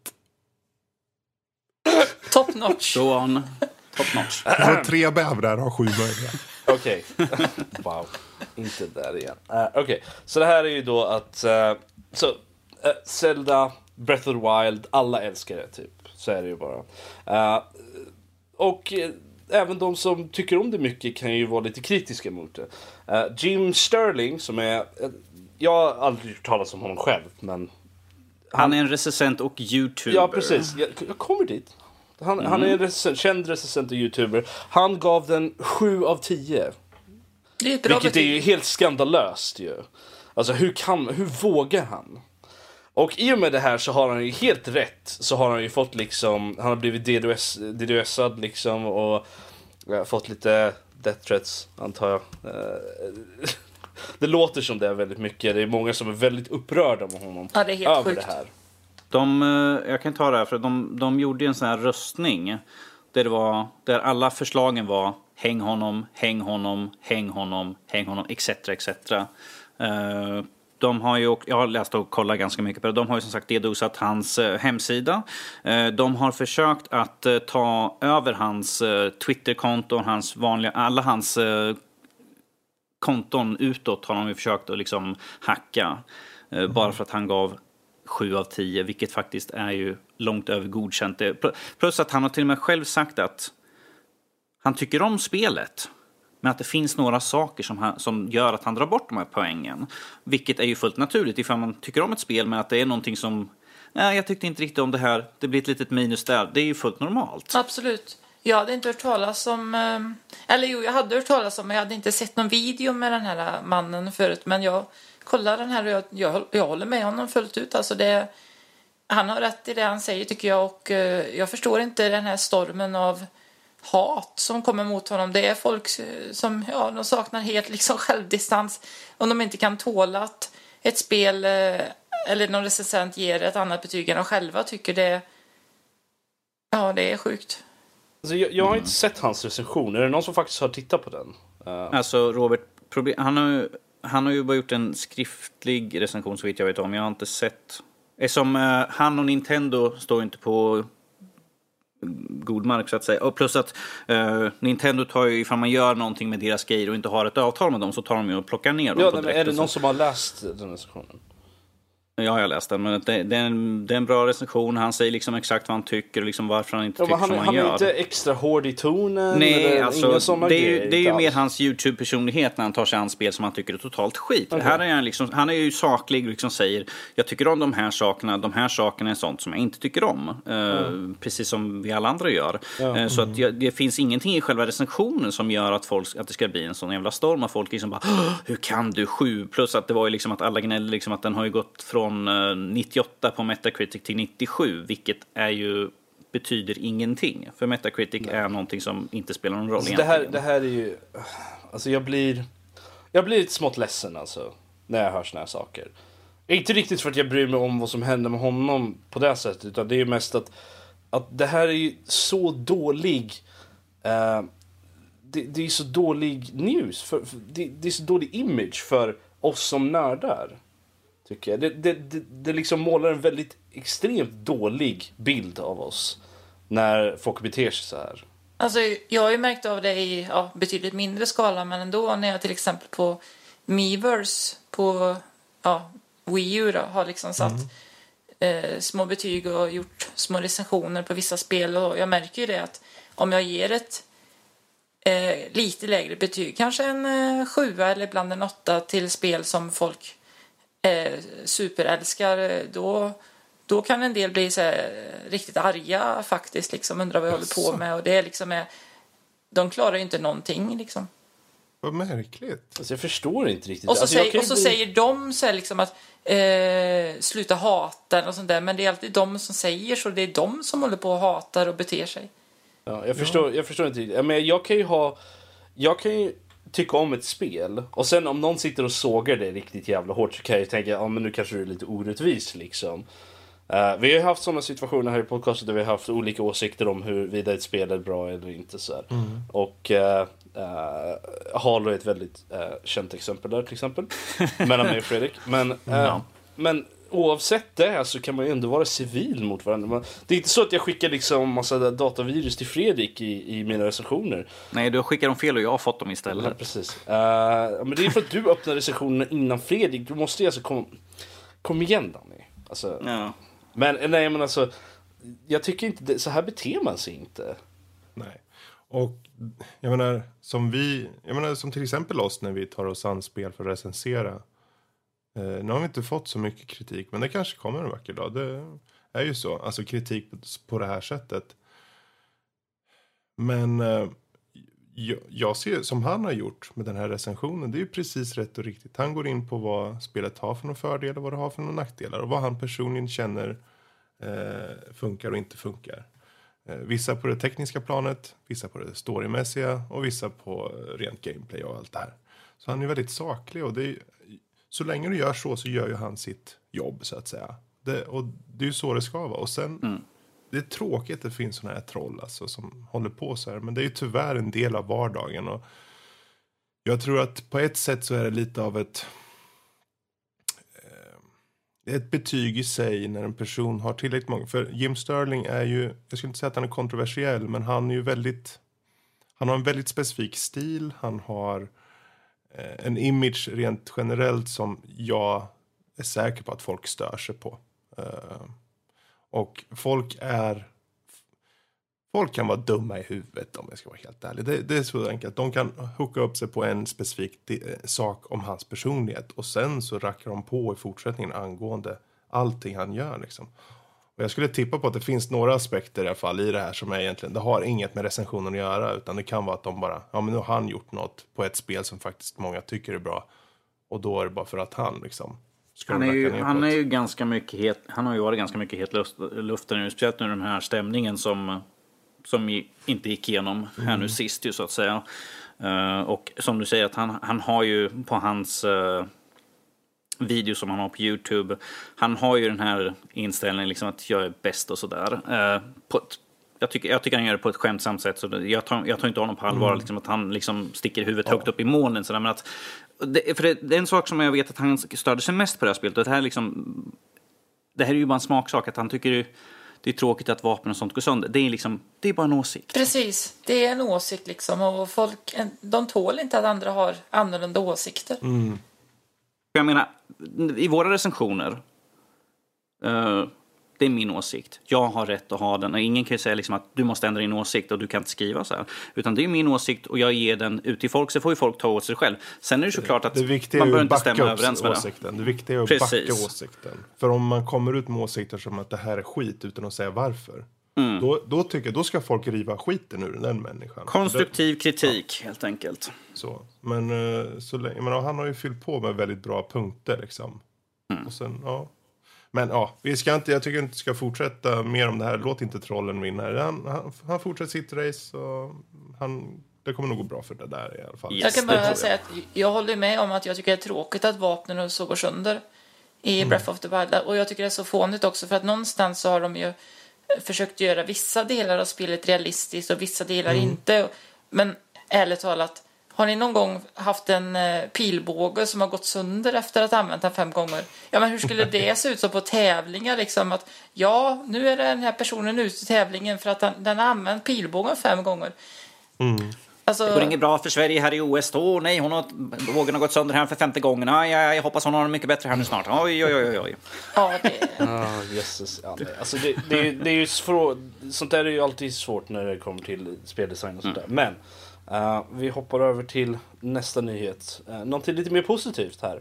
A: Top notch.
D: Från top notch.
B: 3 bävrar har 7 möjliga.
C: Okej. Wow. Inte där igen. Okej. Så det här är ju då att... Zelda, Breath of the Wild, alla älskar det typ. Så är det ju bara. Och även de som tycker om det mycket kan ju vara lite kritiska mot det. Jim Sterling som är... Jag har aldrig hört talas om honom själv, men...
D: Han är en recensent och YouTuber.
C: Ja, precis. Jag kommer dit. Han är en känd recensent och YouTuber. Han gav den 7 av 10.
A: Det är ett bra
C: vilket
A: betyg.
C: är ju helt skandalöst ju. Alltså hur vågar han? Och i och med det här så har han ju helt rätt. Så har han ju fått liksom... Han har blivit DDoSad liksom och fått lite death threats, antar jag. Det låter som det är väldigt mycket. Det är många som är väldigt upprörda med honom.
A: Ja, det är helt sjukt.
C: Det här.
D: Jag kan ta det här för de gjorde en sån här röstning där alla förslagen var häng honom, häng honom, häng honom, häng honom, etc. De har ju, jag har läst och kollat ganska mycket på det. De har ju som sagt dedosat hans hemsida. De har försökt att ta över hans Twitter-konto, alla hans konton utåt har de ju försökt att liksom hacka. Bara för att han gav 7 av 10, vilket faktiskt är ju långt över godkänt. Plus att han har till och med själv sagt att han tycker om spelet, men att det finns några saker som gör att han drar bort de här poängen. Vilket är ju fullt naturligt ifall man tycker om ett spel, men att det är någonting som jag tyckte inte riktigt om det här, det blir ett litet minus där. Det är ju fullt normalt.
A: Absolut. Jag hade inte hört talas om... jag hade hört talas om, men jag hade inte sett någon video med den här mannen förut. Men jag kollar den här och jag håller med honom fullt ut. Alltså han har rätt i det han säger, tycker jag. Och jag förstår inte den här stormen av hat som kommer mot honom. Det är folk som de saknar helt liksom självdistans. Om de inte kan tåla att ett spel eller någon recensent ger ett annat betyg än de själva tycker det. Ja, det är sjukt.
C: Alltså, jag har inte sett hans recension. Är det någon som faktiskt har tittat på den?
D: Alltså Robert, han har ju bara gjort en skriftlig recension så vitt jag vet om. Jag har inte sett. Som han och Nintendo står inte på god mark så att säga. Och plus att Nintendo tar ju, ifall man gör någonting med deras grejer och inte har ett avtal med dem, så tar de ju och plockar ner dem.
C: Ja, men är det någon som har läst den recensionen?
D: Ja, jag har läst den, men det är en bra recension. Han säger liksom exakt vad han tycker och liksom varför han inte tycker som han gör.
C: Han är inte extra hård i tonen.
D: Nej, alltså, det är ju mer
C: alls.
D: hans YouTube-personlighet när han tar sig an spel som han tycker är totalt skit. Okay. Här är han, liksom, han är ju saklig och liksom säger jag tycker om de här sakerna är sånt som jag inte tycker om. Precis som vi alla andra gör. Så att det finns ingenting i själva recensionen som gör att det ska bli en sån jävla storm av folk liksom bara, hur kan du 7? Plus att det var ju liksom att alla gnällde liksom att den har ju gått från 98 på Metacritic till 97, vilket betyder ingenting. För Metacritic är någonting som inte spelar någon roll
C: alltså
D: egentligen.
C: Det här är ju... Alltså jag blir lite smått ledsen alltså, när jag hör såna här saker. Inte riktigt för att jag bryr mig om vad som händer med honom på det sättet, utan det är ju mest att det här är ju så dålig... det är så dålig news. Det är så dålig image för oss som nördar. Tycker jag. Det liksom målar en väldigt extremt dålig bild av oss när folk beter sig så här.
A: Alltså, jag har ju märkt av det i betydligt mindre skala, men ändå när jag till exempel på Miiverse på Wii U då, har liksom satt små betyg och gjort små recensioner på vissa spel, och jag märker ju det att om jag ger ett lite lägre betyg, kanske en 7 eller ibland en 8 till spel som folk superälskar, då kan en del bli så här, riktigt arga faktiskt, liksom undrar vad jag håller på med, och det är liksom de klarar ju inte någonting liksom.
B: Vad märkligt.
C: Alltså jag förstår inte riktigt.
A: Och så,
C: alltså,
A: säger de så här liksom att sluta hata och sånt där, men det är alltid de som säger så, det är de som håller på och hatar och beter sig.
C: Ja, jag förstår inte riktigt. Men jag kan ju tycka om ett spel, och sen om någon sitter och sågar det riktigt jävla hårt, så kan jag ju tänka, men nu kanske det är lite orättvis liksom. Vi har ju haft sådana situationer här i podcastet där vi har haft olika åsikter om huruvida ett spel är bra eller inte så här. Och Halo är ett väldigt känt exempel där till exempel mellan mig och Fredrik. Men oavsett det så kan man ju ändå vara civil mot varandra. Det är inte så att jag skickar liksom massa datavirus till Fredrik i mina recensioner.
D: Nej, du skickar dem fel och jag har fått dem istället.
C: Ja, precis. Men det är för att du öppnar recensionerna innan Fredrik. Du måste alltså kom igen, Danny. Alltså,
D: ja.
C: Men alltså, jag tycker inte så här beter man sig inte.
B: Nej. Och jag menar som till exempel oss när vi tar oss an spel för att recensera. Nu har vi inte fått så mycket kritik, men det kanske kommer en vacker dag. Det är ju så, alltså kritik på det här sättet. Men jag ser som han har gjort med den här recensionen, det är ju precis rätt och riktigt. Han går in på vad spelet har för några fördelar, vad det har för några nackdelar och vad han personligen känner funkar och inte funkar. Vissa på det tekniska planet, vissa på det storymässiga och vissa på rent gameplay och allt det här. Så han är väldigt saklig, och det är, så länge du gör så gör ju han sitt jobb så att säga. Och det är ju så det ska vara. Och sen, det är tråkigt att det finns såna här troll alltså, som håller på så här. Men det är ju tyvärr en del av vardagen. Och jag tror att på ett sätt så är det lite av ett betyg i sig när en person har tillräckligt många. För Jim Sterling är ju, jag skulle inte säga att han är kontroversiell, men han är ju han har en väldigt specifik stil. Han har en image rent generellt som jag är säker på att folk stör sig på. Och folk kan vara dumma i huvudet om jag ska vara helt ärlig. Det är så enkelt. De kan hooka upp sig på en specifik sak om hans personlighet. Och sen så rackar de på i fortsättningen angående allting han gör liksom. Och jag skulle tippa på att det finns några aspekter i alla fall i det här som är egentligen, det har inget med recensionen att göra, utan det kan vara att de bara, men nu har han gjort något på ett spel som faktiskt många tycker är bra, och då är det bara för att han liksom
D: han är ju ganska mycket han har ju varit ganska mycket het luften nu, speciellt nu den här stämningen som inte gick igenom här nu sist ju så att säga. Och som du säger att han har ju på hans video som han har på YouTube, han har ju den här inställningen liksom att jag är bäst och sådär. Jag tycker han gör det på ett skämtsamt sätt, så jag tar inte honom på allvar liksom, att han liksom sticker huvudet högt upp i molnen sådär, men att det är en sak som jag vet att han störde sig mest på det här spelet, och det här är ju bara en smaksak, att han tycker det är tråkigt att vapen och sånt går sönder. Det är bara en åsikt.
A: Precis, det är en åsikt liksom, och folk, de tål inte att andra har annorlunda åsikter.
D: Jag menar, i våra recensioner, det är min åsikt. Jag har rätt att ha den. Och ingen kan ju säga liksom att du måste ändra din åsikt och du kan inte skriva så här. Utan det är min åsikt och jag ger den ut till folk, så får ju folk ta åt sig själv. Sen är det såklart att man bör inte stämma överens med
B: åsikten. Det viktiga är att backa åsikten. För om man kommer ut med åsikter som att det här är skit utan att säga varför. Då ska folk riva skiten ur den människan.
D: Konstruktiv kritik, helt enkelt.
B: Så. Men så länge, han har ju fyllt på med väldigt bra punkter liksom. Och sen, Men jag tycker inte ska fortsätta mer om det här. Låt inte trollen vinna. Han fortsätter sitt race och det kommer nog gå bra för det där i alla fall.
A: Yes, jag kan bara säga att jag håller med om att jag tycker det är tråkigt att vapnen och så går sönder i Breath of the Wild. Och jag tycker det är så fånigt också, för att någonstans så har de ju försökt göra vissa delar av spelet realistiskt och vissa delar inte. Men ärligt talat, har ni någon gång haft en pilbåge som har gått sönder efter att ha använt den 5 gånger? Ja, men hur skulle det se ut så på tävlingar liksom? Att ja, nu är den här personen ute i tävlingen för att den har använt pilbågen 5 gånger. Alltså,
D: det går inget bra för Sverige här i OS. Nej, bågen har gått sönder här för 5:e gången. Jag hoppas hon har det mycket bättre här nu snart. Oj.
A: ja, det...
C: Jesus. Ja, nej. Alltså det är ju svårt. Sånt där är ju alltid svårt när det kommer till speldesign och sånt där. Men vi hoppar över till nästa nyhet. Någonting lite mer positivt här.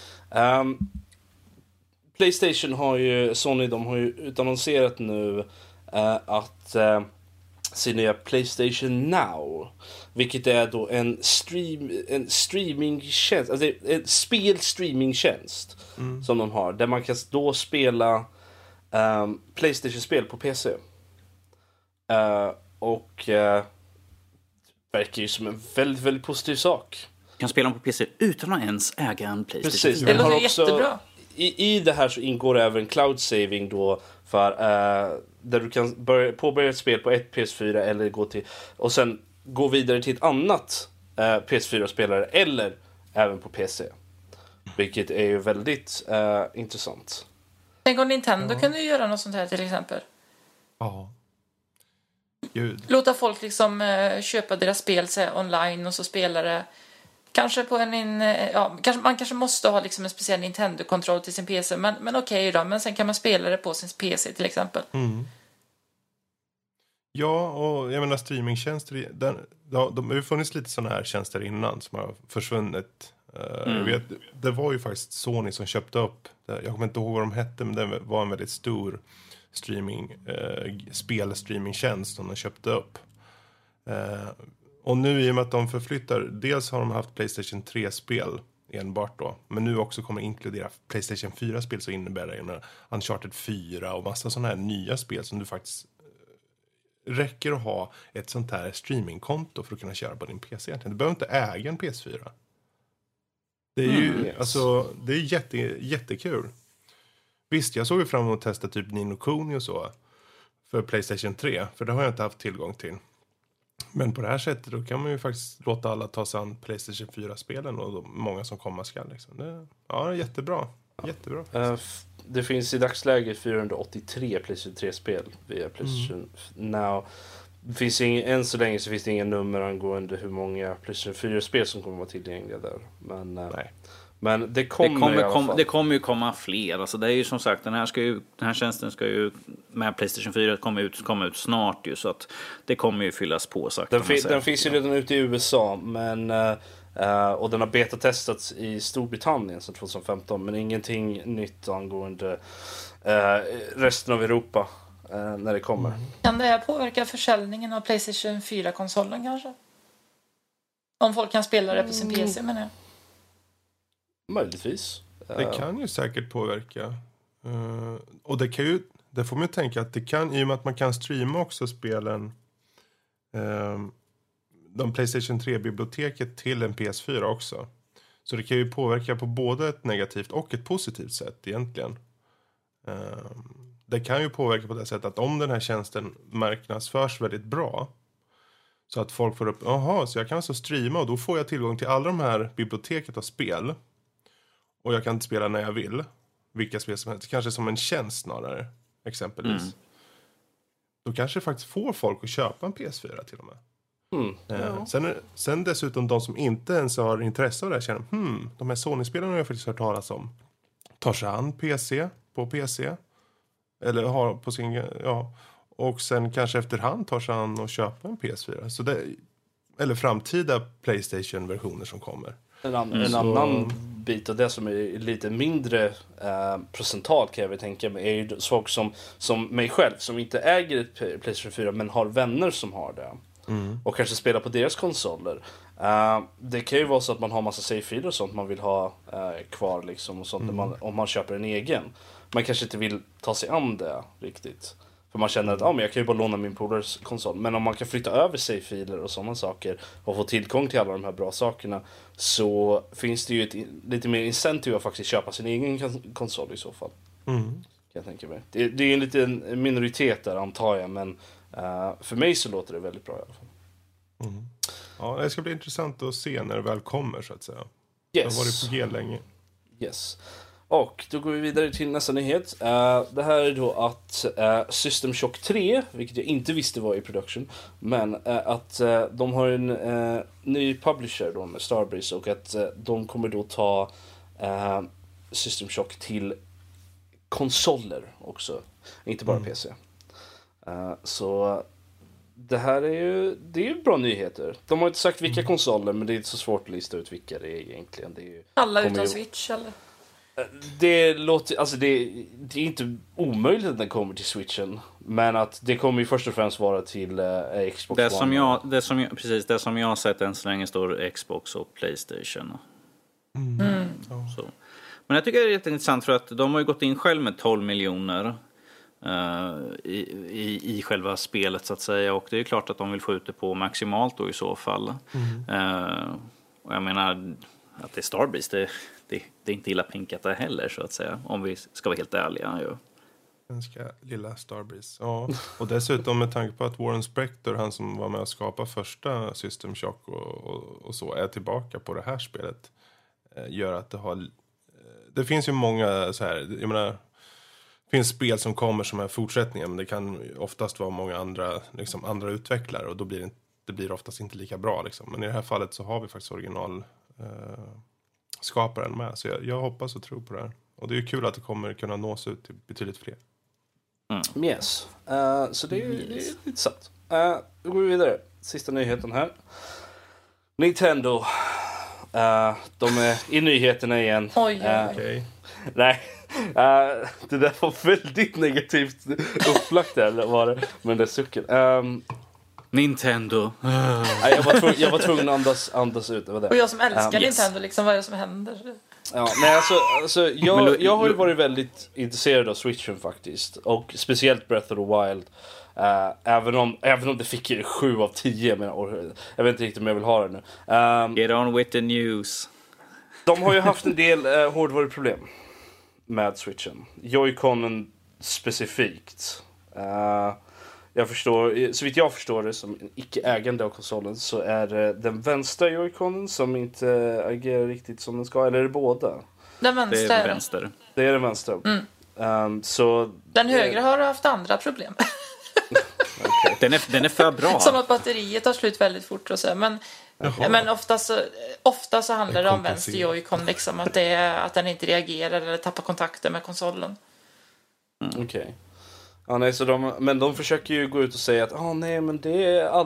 C: PlayStation har ju, Sony, de har ju utannonserat nu att sin nya PlayStation Now, vilket är då en streamingtjänst, alltså en spelstreamingtjänst som de har, där man kan då spela PlayStation-spel på PC. Verkar ju som en väldigt, väldigt positiv sak.
D: Du kan spela dem på PC utan att ens äga en PlayStation.
C: Precis,
A: det låter jättebra.
C: I det här så ingår även cloud saving då, för där du kan påbörja ett spel på ett PS4 eller och sen gå vidare till ett annat PS4-spelare eller även på PC. Vilket är ju väldigt intressant.
A: Tänk om Nintendo kunde göra något sånt här till exempel.
B: Ja. Gud.
A: Låta folk liksom köpa deras spel online och så spelar det. Kanske på man kanske måste ha liksom en speciell Nintendo-kontroll till sin PC. Men okej då, men sen kan man spela det på sin PC till exempel.
B: Ja, och jag menar streamingtjänster, de har ju funnits lite sådana här tjänster innan som har försvunnit. Jag vet, det var ju faktiskt Sony som köpte upp, jag kommer inte ihåg vad de hette, men det var en väldigt stor spelstreamingtjänst som de köpte upp. Och nu i och med att de förflyttar, dels har de haft PlayStation 3-spel enbart då, men nu också kommer inkludera PlayStation 4-spel, så innebär det Uncharted 4 och massa sådana här nya spel som du faktiskt räcker att ha ett sånt här streamingkonto för att kunna köra på din PC egentligen. Du behöver inte äga en PS4. Det är ju det är jättekul. Visst, jag såg ju fram emot att testa typ Ni no Kuni och så för PlayStation 3, för det har jag inte haft tillgång till. Men på det här sättet då kan man ju faktiskt låta alla ta sig an PlayStation 4-spelen och många som kommer ska liksom. Det är jättebra. Jättebra.
C: Det finns i dagsläget 483 PlayStation 3-spel via PlayStation Now. Än så länge så finns det inga nummer angående hur många PlayStation 4-spel som kommer vara tillgängliga där. Men nej. Men det
D: kommer ju komma fler. Alltså det är ju som sagt, den här tjänsten ska ju med PlayStation 4 komma ut snart ju, så att det kommer ju fyllas på sakta.
C: Den finns ju redan ute i USA, men och den har betatestats i Storbritannien sedan 2015, men ingenting nytt angående resten av Europa när det kommer.
A: Kan det här påverka försäljningen av PlayStation 4-konsolen kanske? Om folk kan spela det på sin PC, menar jag.
C: Möjligtvis.
B: Det kan ju säkert påverka. Och det får man ju tänka att det kan, i och med att man kan streama också spelen, de PlayStation 3-biblioteket till en PS4 också. Så det kan ju påverka på både ett negativt och ett positivt sätt egentligen. Det kan ju påverka på det sättet att om den här tjänsten marknadsförs väldigt bra, så att folk får upp, så jag kan alltså streama och då får jag tillgång till alla de här biblioteket av spel. Och jag kan spela när jag vill. Vilka spel som helst. Kanske som en tjänst snarare. Exempelvis. Då kanske det faktiskt får folk att köpa en PS4 till och med. Sen dessutom de som inte ens har intresse av det här känner, de här Sony-spelarna har jag faktiskt hört talas om. Tar sig an PC på PC. Eller har på sin, och sen kanske efterhand tar sig an och köpa en PS4. Så eller framtida PlayStation-versioner som kommer.
C: En annan bit av det som är lite mindre procentalt, kan jag väl tänka mig, är ju folk som mig själv, som inte äger ett PlayStation 4 men har vänner som har det. Och kanske spelar på deras konsoler. Det kan ju vara så att man har massa save-filer och sånt man vill ha kvar liksom, och sånt om man köper en egen. Man kanske inte vill ta sig an det riktigt. För man känner att men jag kan ju bara låna min polares konsol. Men om man kan flytta över save-filer och sådana saker och få tillgång till alla de här bra sakerna, så finns det ju lite mer incentive att faktiskt köpa sin egen konsol i så fall. Kan jag tänka mig. Det är en liten minoritet där, antar jag, men för mig så låter det väldigt bra i alla fall.
B: Ja, det ska bli intressant att se när det väl kommer, så att säga.
C: Yes.
B: Det har varit på G länge.
C: Yes. Och då går vi vidare till nästa nyhet. Det här är då att System Shock 3, vilket jag inte visste var i production, men att de har en ny publisher då med Starbreeze, och att de kommer då ta System Shock till konsoler också, inte bara PC. Så det här det är ju bra nyheter. De har inte sagt vilka konsoler, men det är inte så svårt att lista ut vilka det är egentligen. Det är ju,
A: Alla utom Switch, eller?
C: Det låter, alltså det är inte omöjligt att den kommer till Switchen, men att det kommer ju först och främst vara till Xbox One.
D: Det som jag har sett än så länge står Xbox och PlayStation. Så. Men jag tycker det är jätteintressant, för att de har ju gått in själv med 12 miljoner i själva spelet, så att säga, och det är klart att de vill få ut det på maximalt då i så fall. Och jag menar att det är Starbreeze, det är inte illa pinkat där heller, så att säga, om vi ska vara helt ärliga. Ja.
B: Svenska lilla Starbreeze. Ja, och dessutom med tanke på att Warren Spector, han som var med och skapade första System Shock och så, är tillbaka på det här spelet, gör att det finns ju många så här, jag menar, det finns spel som kommer som är fortsättningen, men det kan oftast vara många andra utvecklare, och då blir det blir oftast inte lika bra liksom. Men i det här fallet så har vi faktiskt original skaparen med, så jag hoppas och tror på det här. Och det är ju kul att det kommer kunna nås ut till betydligt fler.
C: Yes. Så det är lite sant. Då går vi vidare. Sista nyheten här. Nintendo. De är i nyheterna igen.
A: Oj.
B: Okej.
C: Nej. Det där var väldigt negativt upplagt där, var det, men det sucken.
D: Nintendo.
C: Jag var tvungen att andas ut. Det var det.
A: Och jag som älskar
C: Yes.
A: Nintendo, liksom, vad är det som händer?
C: Ja, nej, alltså jag har ju varit väldigt intresserad av Switchen faktiskt, och speciellt Breath of the Wild. Även om det fick 7 av 10, men jag vet inte riktigt om jag vill ha det nu.
D: Get on with the news.
C: De har ju haft en del hårdvaruproblem med Switchen. Joy-Conen specifikt. Jag förstår, så vitt jag förstår det som en icke-ägande av konsolen, så är det den vänstra Joy-Conen som inte agerar riktigt som den ska, eller är det båda?
A: Den vänstra.
D: Det är vänster.
C: Det är den vänstra. Så
A: Den högra har haft andra problem.
C: okay.
D: Den är för bra.
A: Som att batteriet tar slut väldigt fort och så. Men ofta så handlar det om vänster Joy-Con, liksom, att den inte reagerar eller tappar kontakten med konsolen.
C: Okej. Ja, nej, men de försöker ju gå ut och säga att nej, men det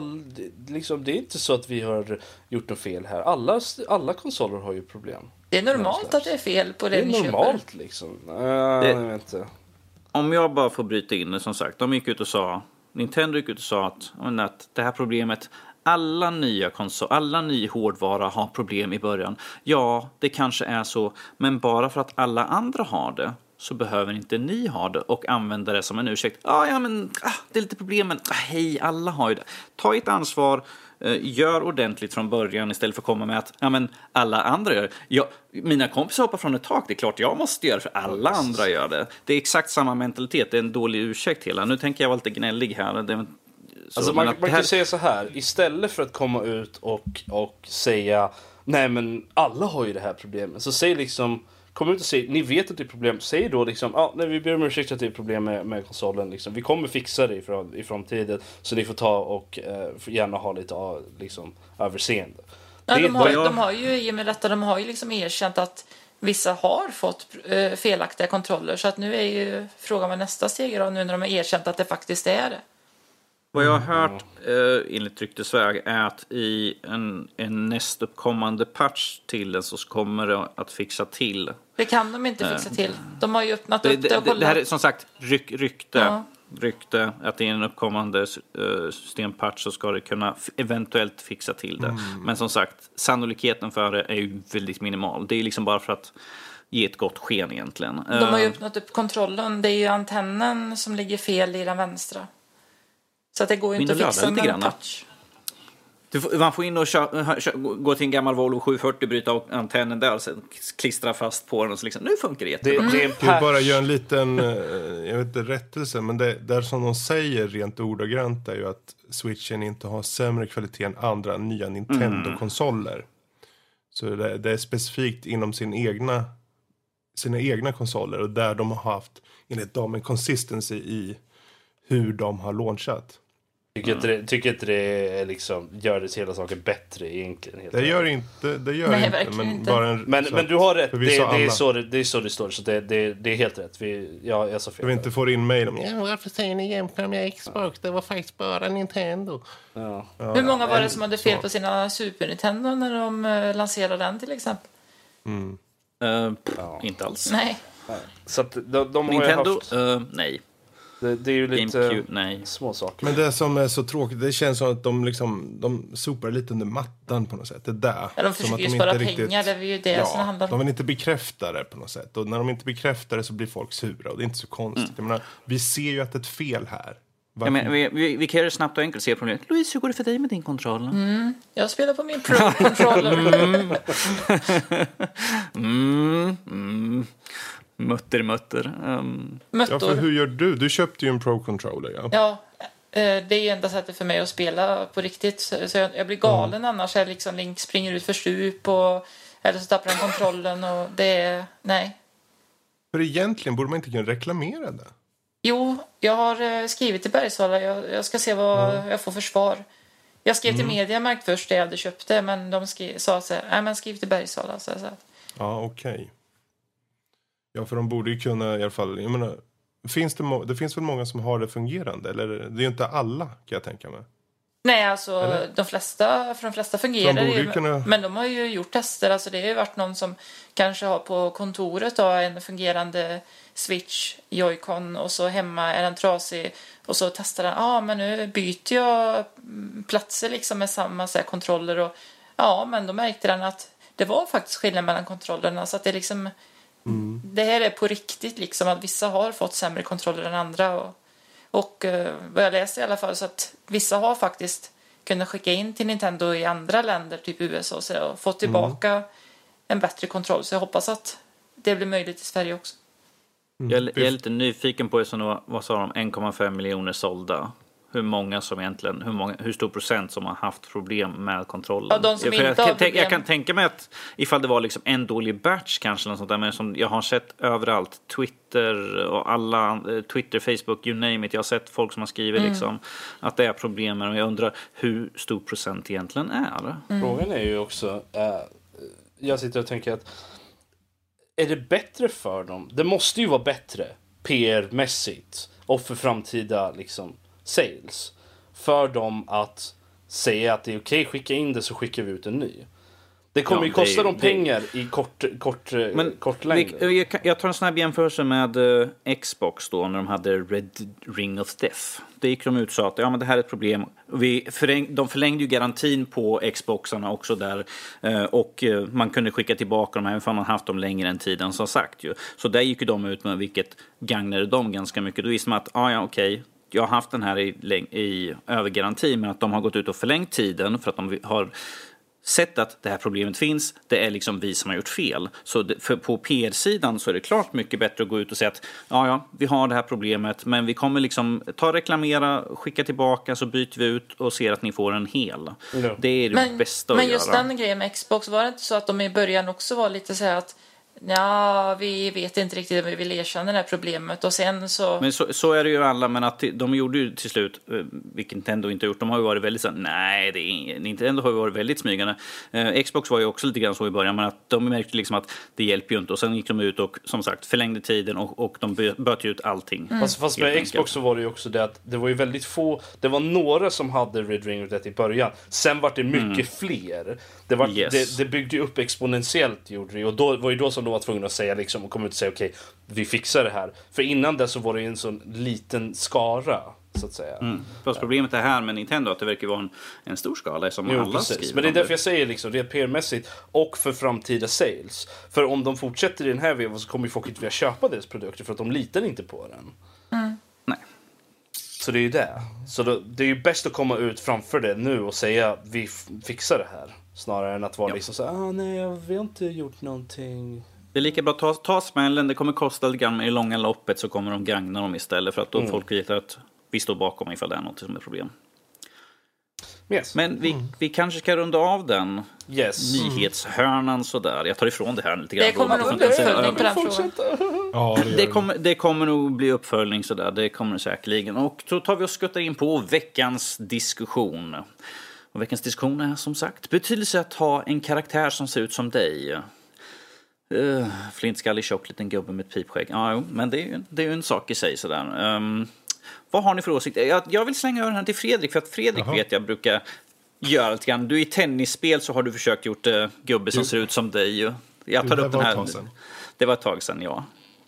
C: är inte så att vi har gjort något fel här. Alla konsoler har ju problem.
A: Det är normalt att det är fel på det ni köper.
C: Det är normalt liksom. Jag vet inte.
D: Om jag bara får bryta in det, som sagt, Nintendo gick ut och sa att det här problemet, alla ny hårdvara har problem i början. Ja, det kanske är så, men bara för att alla andra har det, så behöver inte ni ha det och använda det som en ursäkt. Det är lite problem, men hej, alla har ju det. Ta ett ansvar, gör ordentligt från början istället för att komma med att alla andra gör det. Mina kompisar hoppar från ett tak, det är klart jag måste göra, för alla andra gör det. Det är exakt samma mentalitet, det är en dålig ursäkt hela. Nu tänker jag vara lite gnällig här.
C: Man kan säga så här, istället för att komma ut och säga nej, men alla har ju det här problemet, så säg liksom, kom ut och säg, ni vet att det är problem, säg då liksom, nej, vi ber om ursäkt att det är problem med konsolen liksom. Vi kommer fixa det i framtiden, så ni får ta och gärna ha lite liksom överseende.
A: Ja, de har ju i och med detta, de har ju liksom erkänt att vissa har fått felaktiga kontroller, så att nu är ju frågan vad nästa steg är, nu när de har erkänt att det faktiskt är det.
D: Vad jag har hört enligt ryktesväg är att i en nästuppkommande patch till den så kommer det att fixa till. Det
A: kan de inte fixa till. De har ju öppnat upp det och kollat.
D: Det här är som sagt rykte att i en uppkommande systempatch så ska det kunna eventuellt fixa till det. Men som sagt, sannolikheten för det är ju väldigt minimal. Det är liksom bara för att ge ett gott sken egentligen.
A: De har ju öppnat upp kontrollen. Det är ju antennen som ligger fel i den vänstra. Så att det går ju inte att fixa med en touch.
D: Man får in och gå till en gammal Volvo 740, bryta av antennen där och sen klistra fast på den och så liksom, nu funkar det jättebra.
C: Det är en
B: Jag bara göra en liten jag vet inte, rättelse, men det där som de säger rent ordagrant är ju att Switchen inte har sämre kvalitet än andra nya Nintendo-konsoler. Så det är specifikt inom sina egna konsoler och där de har haft enligt dem en consistency i hur de har launchat.
C: Tycker inte det är liksom, gör det hela saken bättre egentligen?
B: Det gör inte, men
A: inte.
B: bara
C: men du har rätt, det är så det står, så det är helt rätt. Jag sa fel.
B: Vi inte får in mejl om varför säger ni jämför med Xbox? Det var faktiskt bara Nintendo.
C: Ja.
A: Hur många var det som hade fel på sina Super Nintendo när de lanserade den till exempel?
D: Inte alls.
A: Nej.
C: Så att de har
D: Nintendo,
C: haft...
D: nej.
C: Det är ju lite
D: nej.
C: små saker.
B: Men det som är så tråkigt, det känns som att de sopar lite under mattan på något sätt. Det där.
A: Ja, de försöker ju spara pengar, det är ju det som handlar om.
B: De vill inte bekräfta det på något sätt. Och när de inte bekräftar det så blir folk sura. Och det är inte så konstigt. Jag menar, vi ser ju att det är ett fel här.
D: Vi kan göra det snabbt och enkelt se problemet. Louise, hur går det för dig med din kontroll?
A: Jag spelar på min Pro-controller.
D: Mutter.
B: Ja, för hur gör du? Du köpte ju en Pro-controller, ja.
A: Ja, det är ju enda sättet för mig att spela på riktigt. Så jag blir galen annars. Jag liksom Link springer ut för stup eller så tappar han kontrollen och det är... Nej.
B: För egentligen borde man inte kunna reklamera det.
A: Jo, jag har skrivit till Bergsala. Jag ska se vad jag får för svar. Jag skrev till Mediamarkt först det jag hade köpt det, men de sa så här, nej men skriv till Bergsala. Så här.
B: Ja, okej. Ja, för de borde ju kunna i alla fall, jag menar, det finns väl många som har det fungerande, eller det är ju inte alla, kan jag tänka mig.
A: Nej, alltså de flesta fungerar
B: de
A: ju, men de har ju gjort tester, alltså det har ju varit någon som kanske har på kontoret då, en fungerande Switch, Joy-Con och så hemma är den trasig och så testar den, men nu byter jag platser liksom med samma så här, kontroller och men då märkte den att det var faktiskt skillnad mellan kontrollerna, så att det liksom det här är på riktigt liksom, att vissa har fått sämre kontroller än andra och vad jag läste i alla fall, så att vissa har faktiskt kunnat skicka in till Nintendo i andra länder, typ USA och fått tillbaka en bättre kontroll, så jag hoppas att det blir möjligt i Sverige också.
D: Jag är lite nyfiken på vad sa de, 1,5 miljoner sålda. Hur stor procent som har haft problem med kontrollen.
A: Ja, de som inte har problem.
D: Jag kan tänka mig att ifall det var liksom en dålig batch kanske något sånt där, men som jag har sett överallt, Twitter och alla Twitter, Facebook, you name it. Jag har sett folk som har skrivit liksom att det är problem med, och jag undrar hur stor procent egentligen är.
C: Frågan är ju också jag sitter och tänker att är det bättre för dem? Det måste ju vara bättre PR-mässigt och för framtida liksom sales för dem att säga att det är okej, skicka in det så skickar vi ut en ny. Det kommer ju kosta dem pengar i kort längd.
D: Jag tar en snabb jämförelse med Xbox då, när de hade Red Ring of Death. Det gick de ut och sa att men det här är ett problem. De förlängde ju garantin på Xboxarna också där, och man kunde skicka tillbaka dem även om man haft dem längre än tiden som sagt ju. Så där gick ju de ut med, vilket gagnade dem ganska mycket. Då visste man att okej, jag har haft den här i övergaranti, men att de har gått ut och förlängt tiden för att de har sett att det här problemet finns. Det är liksom vi som har gjort fel. Så på PR-sidan så är det klart mycket bättre att gå ut och säga att vi har det här problemet, men vi kommer liksom reklamera, skicka tillbaka, så byter vi ut och ser att ni får en hel. Ja. Det är det bästa att göra.
A: Men just den grejen med Xbox, var det inte så att de i början också var lite så här att vi vet inte riktigt om vi vill erkänna det här problemet, och sen så... Men
D: så är det ju alla, men att de gjorde ju till slut, vilket Nintendo inte gjort, de har ju varit väldigt så Nintendo har ju varit väldigt smygande. Xbox var ju också lite grann så i början, men att de märkte liksom att det hjälper ju inte, och sen gick de ut och som sagt förlängde tiden och de böt ut allting.
C: Fast med Xbox så var det ju också det att det var ju väldigt få, det var några som hade Red Ring of Death i början, sen var det mycket fler. Det byggde ju upp exponentiellt, gjorde det, och då var ju då som de var tvungna att säga liksom, och komma ut och säga okej, vi fixar det här. För innan det så var det en sån liten skara, så att säga.
D: Fast problemet är här med Nintendo att det verkar vara en stor skala som alla skriver.
C: Men det är därför jag säger liksom, det är PR-mässigt och för framtida sales. För om de fortsätter i den här vevan så kommer ju folk inte vilja köpa deras produkter för att de litar inte på den.
D: Nej.
C: Så det är ju det. Så det är ju bäst att komma ut framför det nu och säga vi fixar det här. Snarare än att vara liksom så nej, vi har inte gjort någonting.
D: Det är lika bra att ta smällen. Det kommer kosta lite grann i långa loppet, så kommer de gagna dem istället. För att då folk vet att vi står bakom ifall det är något som är problem.
C: Yes.
D: Men vi kanske ska runda av den nyhetshörnan sådär. Jag tar ifrån det här lite grann.
A: Det kommer nog bli uppföljning på den frågan.
B: Ja,
D: det kommer nog bli uppföljning sådär. Det kommer det säkerligen. Och då tar vi och skuttar in på veckans diskussion. Och veckans diskussion är som sagt betydelse att ha en karaktär som ser ut som dig. Flintskallig tjock liten gubbe med ett pipskägg. Ja, men det är ju en sak i sig sådär. Vad har ni för åsikt? Jag vill slänga över den här till Fredrik. För att Fredrik vet jag brukar göra lite grann. Du i tennisspel så har du försökt gjort gubbe som ser ut som dig. Jag tar upp den här. Det var ett tag sedan, ja.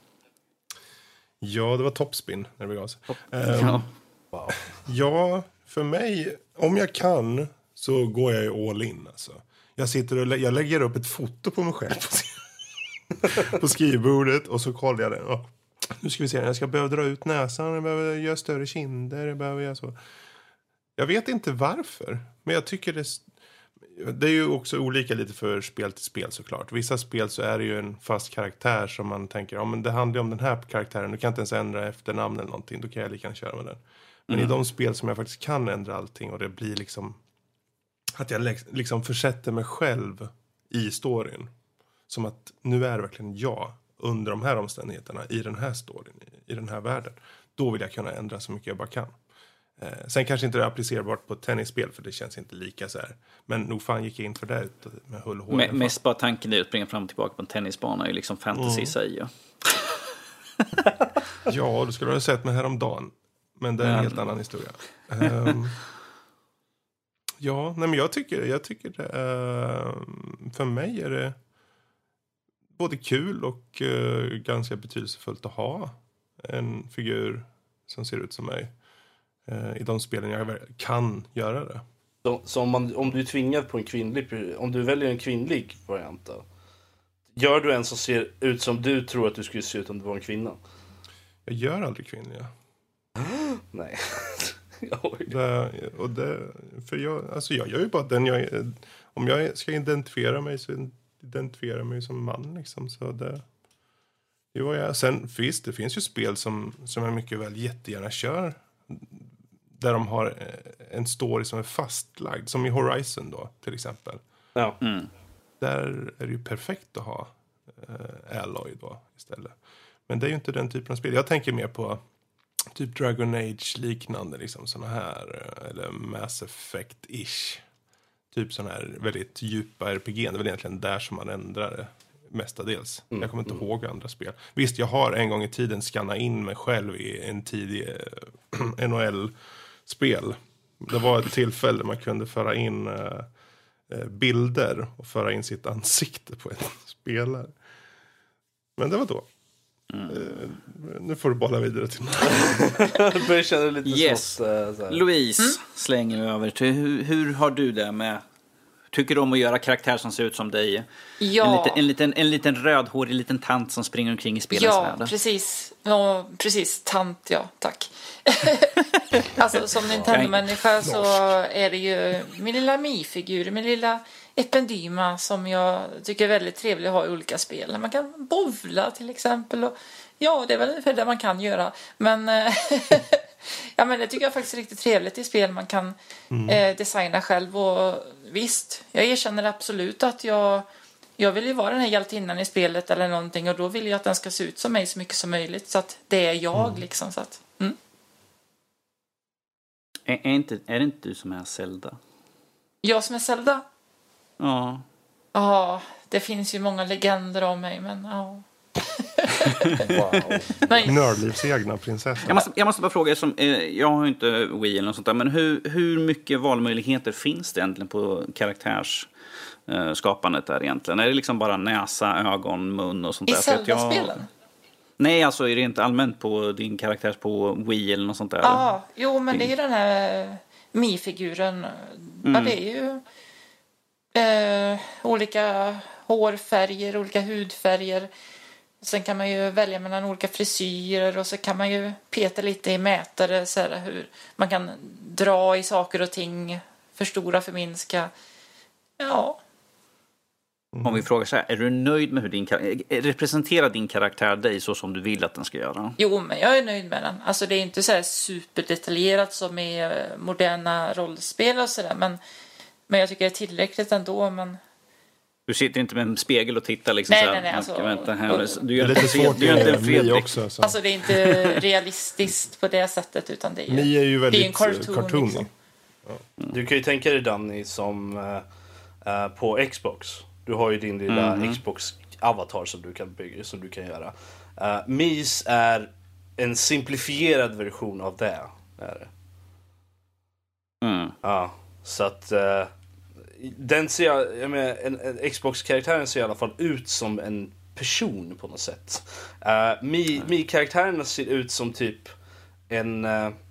B: Ja, det var topspin när vi gav oss.
C: Wow.
B: Ja, för mig, om jag kan så går jag ju all in. Alltså. Jag sitter och jag lägger upp ett foto på mig själv på skrivbordet och så kollar jag det. Nu ska vi se, jag ska behöva dra ut näsan, jag behöver göra större kinder, jag behöver göra så. Jag vet inte varför, men jag tycker det är ju också olika lite för spel till spel såklart. Vissa spel så är det ju en fast karaktär som man tänker, men det handlar om den här karaktären, du kan inte ens ändra efternamn eller någonting, då kan jag lika gärna köra med den. Men i de spel som jag faktiskt kan ändra allting och det blir liksom att jag liksom försätter mig själv i storyn. Som att nu är det verkligen jag under de här omständigheterna i den här storyn, i den här världen. Då vill jag kunna ändra så mycket jag bara kan. Sen kanske inte det är applicerbart på ett tennisspel för det känns inte lika så här. Men nog fan gick jag in för det med hull och hår.
D: Mest bara tanken är att springa fram och tillbaka på en tennisbana är ju liksom fantasy i sig. Ja,
B: ja, du skulle ha sett mig häromdagen. Men det är en helt annan historia. Ja, nej, men jag tycker det för mig är det både kul och ganska betydelsefullt att ha en figur som ser ut som mig i de spelen jag kan göra det.
C: Så om du är tvingad på om du väljer en kvinnlig variant då, gör du en som ser ut som du tror att du skulle se ut om du var en kvinna?
B: Jag gör aldrig kvinnliga.
C: Nej.
B: Jag gör ju bara den om jag ska identifiera mig så identifierar jag mig som man liksom, så det var jag. Sen visst, det finns ju spel som jag mycket väl jättegärna kör där de har en story som är fastlagd, som i Horizon då till exempel.
C: Ja.
B: Där är det ju perfekt att ha Aloy då istället. Men det är ju inte den typen av spel. Jag tänker mer på typ Dragon Age liknande liksom såna här, eller Mass Effect-ish. Typ såna här väldigt djupa RPG. Det är väl egentligen där som man ändrar det mestadels. Jag kommer inte ihåg andra spel. Visst, jag har en gång i tiden skannat in mig själv i en tidig NHL-spel. Det var ett tillfälle där man kunde föra in bilder och föra in sitt ansikte på en spelare. Men det var då. Nu får du bolla vidare till mig.
C: Jag börjar känna lite smått,
D: Louise slänger vi över till. Hur har du det med? Tycker du om att göra karaktär som ser ut som dig?
A: Ja.
D: En liten rödhårig liten tant som springer omkring i spelets värld.
A: Ja, precis. Ja, precis. Tant, ja. Tack. Alltså, som Nintendo-människa så är det ju min lilla Mi-figur, min lilla Ependyma som jag tycker är väldigt trevlig att ha i olika spel. Man kan bowla till exempel. Och, ja, det är väl ungefär det man kan göra. Men, ja, men det tycker jag faktiskt är riktigt trevligt i spel. Man kan designa själv. Och visst, jag erkänner absolut att jag vill ju vara den här hjältinnan i spelet eller någonting. Och då vill jag att den ska se ut som mig så mycket som möjligt. Så att det är jag liksom. Så att,
D: Är det inte du som är Zelda?
A: Jag som är Zelda?
D: Ja.
A: Ja, det finns ju många legender om mig, men ja.
C: Wow.
B: Nördlivs egna prinsessa.
D: Jag måste bara fråga, jag har ju inte Wii eller något sånt där, men hur mycket valmöjligheter finns det egentligen på karaktärsskapandet där egentligen? Är det liksom bara näsa, ögon, mun och sånt där?
A: I Zelda-spelen?
D: Nej, alltså är det inte allmänt på din karaktär på Wii eller något sånt där?
A: Ja, jo, men det är ju den här Mi-figuren. Ja, det är ju olika hårfärger, olika hudfärger. Och sen kan man ju välja mellan olika frisyrer och så kan man ju peta lite i mätare så här, hur man kan dra i saker och ting, förstora, förminska. Ja.
D: Om vi frågar så här, är du nöjd med hur representerar din karaktär dig så som du vill att den ska göra?
A: Jo, men jag är nöjd med den. Alltså det är inte så här superdetaljerat som i moderna rollspel och sådär, men jag tycker det är tillräckligt ändå, men...
D: Du sitter inte med en spegel och tittar liksom så här.
A: Nej, alltså,
D: vänta här. Du gör
B: det är lite svårt
D: du gör inte en Fredrik
B: också. Så.
A: Alltså det är inte realistiskt på det sättet, utan det är ju...
B: Ni är ju väldigt
A: det är en cartoon liksom.
C: Du kan ju tänka dig Danny som på Xbox. Du har ju din lilla Xbox-avatar som du kan bygga, som du kan göra. Mies är en simplifierad version av det. Är det. Ja, så att den ser jag menar, en Xbox-karaktären ser i alla fall ut som en person på något sätt. Mi-karaktärerna ser ut som typ en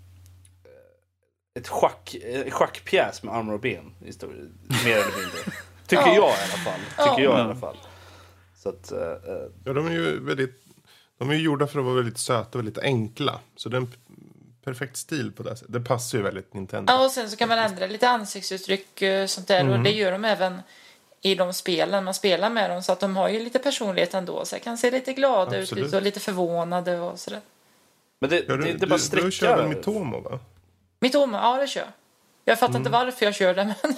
C: schackpjäs med armar och ben, mer eller mindre. Tycker jag i alla fall. Så att,
B: ja, de är ju gjorda för att vara väldigt söta och väldigt enkla. Så det är en perfekt stil på det sättet. Det passar ju väldigt Nintendo.
A: Ja, och sen så kan man ändra lite ansiktsuttryck sånt där. Och det gör de även i de spelen man spelar med dem. Så att de har ju lite personlighet ändå. Så jag kan se lite glada ut lite och lite förvånade och sådär.
C: Men det är bara sträcka.
B: Du kör väl Mitomo, va?
A: Mitomo, ja det kör. Jag fattar inte varför jag kör det, men...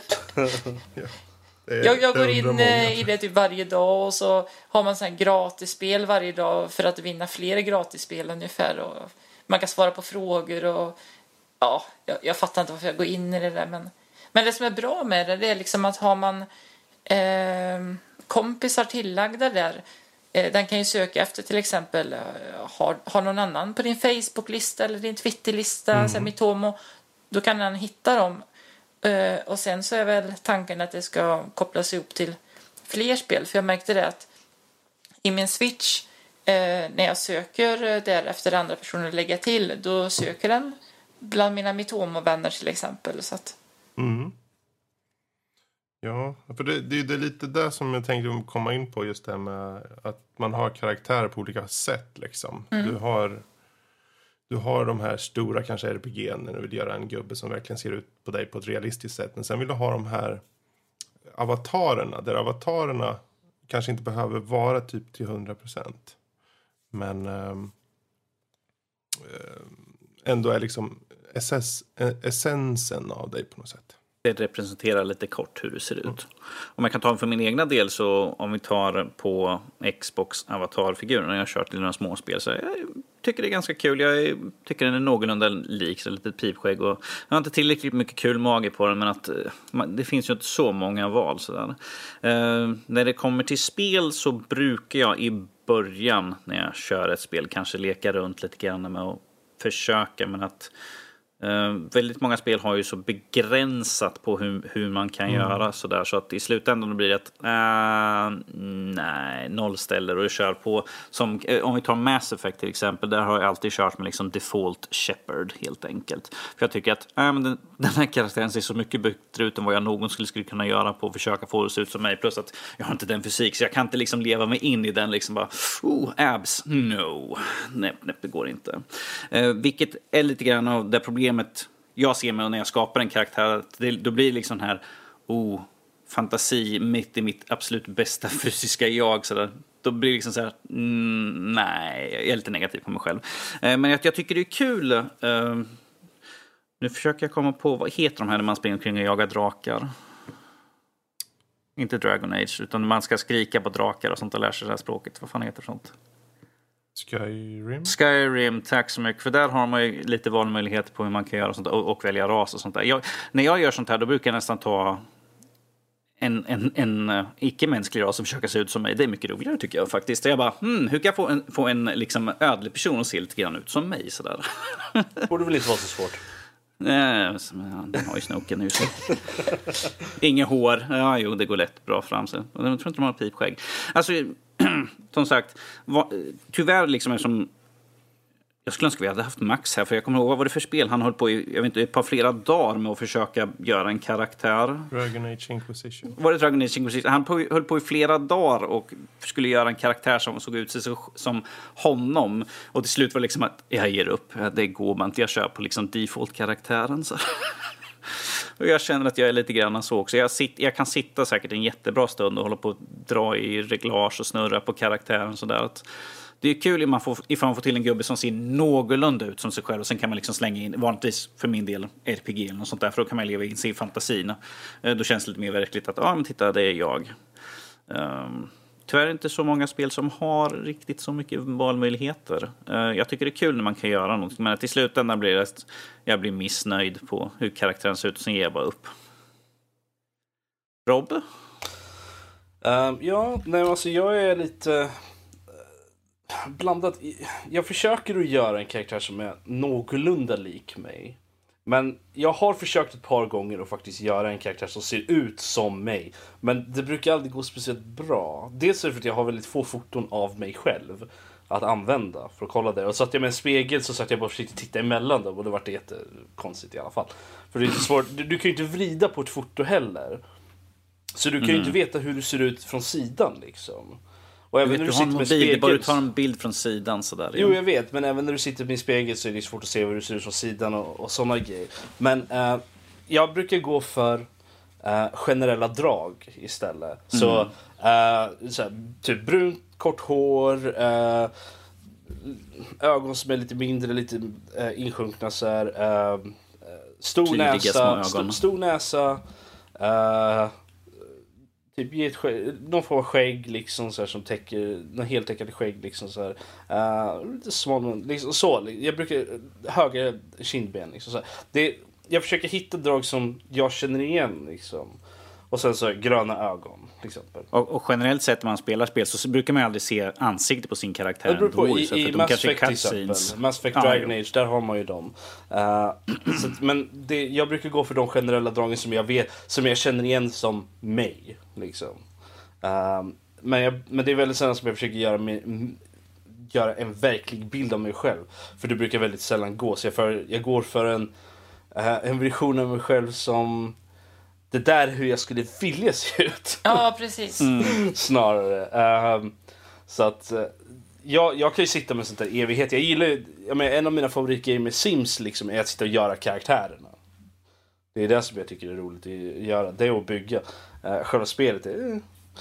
B: ja.
A: Jag går in i det typ varje dag och så har man sån här gratisspel varje dag för att vinna fler gratisspel ungefär. Och man kan svara på frågor och ja, jag fattar inte varför jag går in i det där. Men det som är bra med det är liksom att har man kompisar tillagda där, den kan ju söka efter till exempel har någon annan på din Facebook-lista eller din Twitter-lista, så här, Mitomo, då kan den hitta dem. Och sen så är väl tanken att det ska kopplas ihop till fler spel. För jag märkte det att i min Switch, när jag söker där efter andra personer att lägga till, då söker den bland mina Mitomo-vänner till exempel. Så att...
B: Ja, för det är lite där som jag tänkte komma in på, just det här med att man har karaktärer på olika sätt liksom. Du har de här stora kanske RPG när du vill göra en gubbe som verkligen ser ut på dig på ett realistiskt sätt. Men sen vill du ha de här avatarerna, där avatarerna kanske inte behöver vara typ till 100%. Men ändå är liksom essensen av dig på något sätt.
D: Det representerar lite kort hur det ser ut. Om jag kan ta för min egna del, så om vi tar på Xbox avatarfiguren, när jag har kört till några småspel, så jag tycker det är ganska kul. Jag tycker den är någorlunda lik, så lite pipskägg, och jag har inte tillräckligt mycket kul mage på den, men att det finns ju inte så många val sådär. När det kommer till spel så brukar jag i början när jag kör ett spel kanske leka runt lite grann med att försöka, men att väldigt många spel har ju så begränsat på hur man kan göra sådär, så att i slutändan blir det att nej, nollställer och kör på, som om vi tar Mass Effect till exempel, där har jag alltid kört med liksom default Shepard helt enkelt, för jag tycker att men den här karaktären ser så mycket bättre ut än vad jag någonsin skulle kunna göra på att försöka få det att se ut som mig, plus att jag har inte den fysik, så jag kan inte liksom leva mig in i den liksom bara, abs, no, nej, det går inte, vilket är lite grann av det problemet jag ser mig när jag skapar en karaktär. Då blir det liksom här fantasi mitt i mitt absolut bästa fysiska jag. Så där. Då blir det liksom så här, nej, jag är lite negativ på mig själv. Men jag tycker det är kul. Nu försöker jag komma på, vad heter de här när man springer omkring och jagar drakar? Inte Dragon Age, utan man ska skrika på drakar och sånt och lära sig det här språket. Vad fan heter sånt? Skyrim, tack så mycket. För där har man ju lite valmöjligheter på hur man kan göra sånt och välja ras och sånt där. När jag gör sånt här, då brukar jag nästan ta en icke-mänsklig ras som försöker se ut som mig. Det är mycket roligare tycker jag faktiskt. Så jag bara, hur kan jag få en liksom ödlig person att se lite grann ut som mig sådär?
C: Det borde väl inte vara så svårt.
D: Nej, den har ju snoken nu. Inget hår. Ja, jo, det går lätt bra fram sig. Jag tror inte de har pipskägg. Alltså, som sagt, tyvärr liksom, eftersom Jag skulle önska vi hade haft Max här, för jag kommer ihåg vad var det för spel han höll på i, jag vet inte, ett par flera dagar med att försöka göra en karaktär.
B: Dragon Age Inquisition.
D: Var det Dragon Age Inquisition? Han höll på i flera dagar och skulle göra en karaktär som såg ut som honom. Och till slut var det liksom att jag ger upp. Det går man inte, jag kör på liksom default-karaktären. Så. Och jag känner att jag är lite grann så också. Jag kan sitta säkert en jättebra stund och hålla på att dra i reglage och snurra på karaktären sådär att det är kul ifall man får till en gubbe som ser någorlunda ut som sig själv och sen kan man liksom slänga in, vanligtvis för min del, RPG eller något sånt där, för då kan man leva in sig i fantasin. Då känns det lite mer verkligt att, men titta, det är jag. Tyvärr inte så många spel som har riktigt så mycket valmöjligheter. Jag tycker det är kul när man kan göra något, men till slutändan blir det att jag blir missnöjd på hur karaktären ser ut och sen ger jag bara upp. Rob?
C: Alltså jag är lite blandat. Jag försöker att göra en karaktär som är någorlunda lik mig. Men jag har försökt ett par gånger att faktiskt göra en karaktär som ser ut som mig. Men det brukar aldrig gå speciellt bra. Dels är det för att jag har väldigt få foton av mig själv att använda för att kolla det. Och så att jag med en spegel så satt jag bara försökte titta emellan dem och det var jättekonstigt i alla fall. För det är svårt. Du kan ju inte vrida på ett foto heller. Så du kan ju inte veta hur du ser ut från sidan liksom. Och även när du sitter med spegel,
D: bara du tar en bild från sidan sådär.
C: Jo, jag vet, men även när du sitter med en spegel så är det svårt att se hur du ser ut från sidan och sådana grejer. Men jag brukar gå för generella drag istället. Så typ brunt, kort hår, ögon som är lite mindre, lite insjunkna så här, stor näsa, typ ge någon form av skägg liksom så här, som täcker någon heltäckande skägg liksom så här. Lite smal liksom så. Jag brukar höga kindben liksom så här. Jag försöker hitta drag som jag känner igen liksom. Och sen så gröna ögon till exempel.
D: Och generellt sett när man spelar spel så brukar man aldrig se ansikte på sin karaktär.
C: Det beror på, i Mass Effect till exempel. Mass Effect Dragon Age, där har man ju dem. Men jag brukar gå för de generella dragen som jag vet, som jag känner igen som mig. Liksom. Men det är väldigt sällan som jag försöker göra en verklig bild av mig själv. För det brukar väldigt sällan gå. Så jag går för en version av mig själv som det där hur jag skulle vilja se ut.
A: Ja, precis.
C: Snarare. Så att jag kan ju sitta med sånt där evighet. Jag gillar en av mina favoritgrejer med Sims liksom, är att sitta och göra karaktärerna. Det är det som jag tycker är roligt att göra. Det är att bygga. Själva spelet är...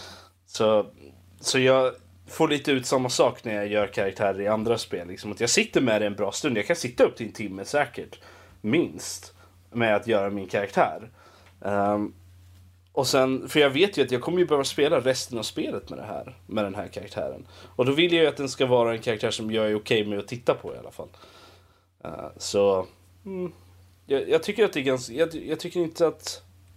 C: Så jag får lite ut samma sak när jag gör karaktärer i andra spel. Liksom, att jag sitter med det en bra stund. Jag kan sitta upp till en timme säkert. Minst. Med att göra min karaktär. Och sen, för jag vet ju att jag kommer ju behöva spela resten av spelet med den här karaktären. Och då vill jag ju att den ska vara en karaktär som jag är okej med att titta på i alla fall. Jag tycker att det är ganska... Jag tycker inte att...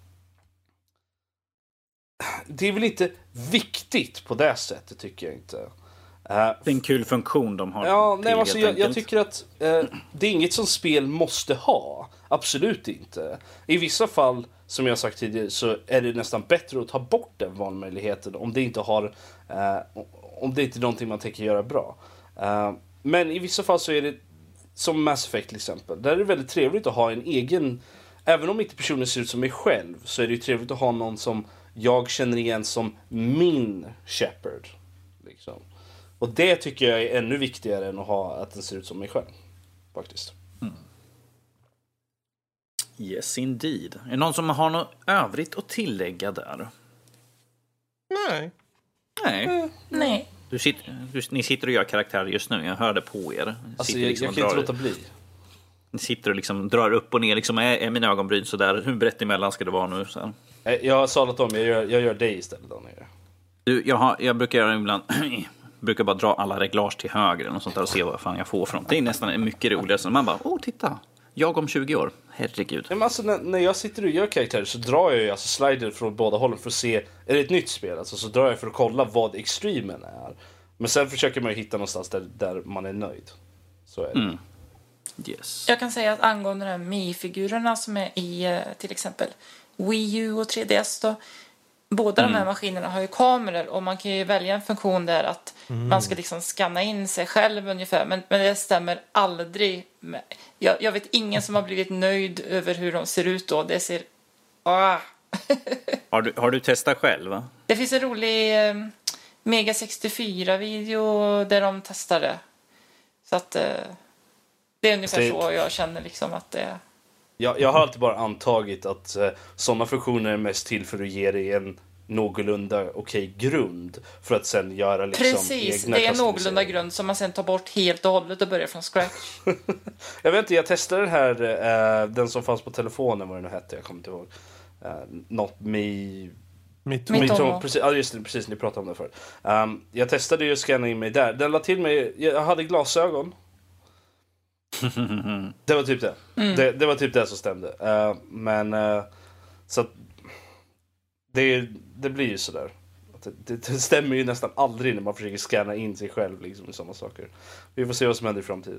C: Det är väl inte viktigt på det sättet, tycker jag inte.
D: Det är en kul funktion de har.
C: Ja, nej, alltså, jag tycker att det är inget som spel måste ha. Absolut inte. I vissa fall, som jag sagt tidigare, så är det nästan bättre att ta bort den valmöjligheten om det inte är någonting man tänker göra bra. Men i vissa fall så är det som Mass Effect till exempel. Där är det väldigt trevligt att ha en egen... Även om inte personen ser ut som mig själv, så är det ju trevligt att ha någon som jag känner igen som min Shepard. Liksom. Och det tycker jag är ännu viktigare än att den ser ut som mig själv. Faktiskt.
D: Yes, indeed. Är det någon som har något övrigt att tillägga där?
A: Nej.
D: Ni sitter och gör karaktärer just nu. Jag hörde på er.
C: Alltså, jag kan inte låta bli.
D: Ni sitter och liksom drar upp och ner. Liksom, är mina ögonbryn så där? Hur brett emellan ska det vara nu? Så här?
C: Jag har sagt om, jag gör dig istället, Daniel.
D: Jag brukar göra ibland... brukar bara dra alla reglage till höger eller något sånt där och se vad fan jag får från. Det är nästan mycket roligare. Så man bara, titta. Jag om 20 år. Herregud.
C: Men alltså, när jag sitter och gör karaktärer så drar jag ju alltså slider från båda hållen för att se, är det ett nytt spel? Alltså, så drar jag för att kolla vad extremen är. Men sen försöker man ju hitta någonstans där man är nöjd. Så är det.
D: Yes.
A: Jag kan säga att angående de här Mi-figurerna som är i till exempel Wii U och 3DS då, båda de här maskinerna har ju kameror och man kan ju välja en funktion där att man ska liksom scanna in sig själv ungefär. Men det stämmer aldrig med. Jag vet ingen som har blivit nöjd över hur de ser ut då. Det ser...
D: Har du testat själv, va?
A: Det finns en rolig Mega 64-video där de testar det. Så att det är ungefär så jag känner liksom att det är.
C: Jag har alltid bara antagit att sådana funktioner är mest till för att ge dig en någorlunda okej grund för att sen göra liksom
A: precis,
C: egna
A: det är en någorlunda grund som man sen tar bort helt och hållet och börjar från scratch.
C: Jag vet inte, jag testade den här den som fanns på telefonen, vad den nu hette, jag kommer inte ihåg.
A: Mitt
C: precis, ja, just det, precis, ni pratade om det förut. Jag testade ju att scanna in mig där. Den la till mig, jag hade glasögon. Det var typ det. Det var typ det som stämde. Så att det blir ju sådär. Det stämmer ju nästan aldrig när man försöker scanna in sig själv liksom, i sådana saker. Vi får se vad som händer i framtiden.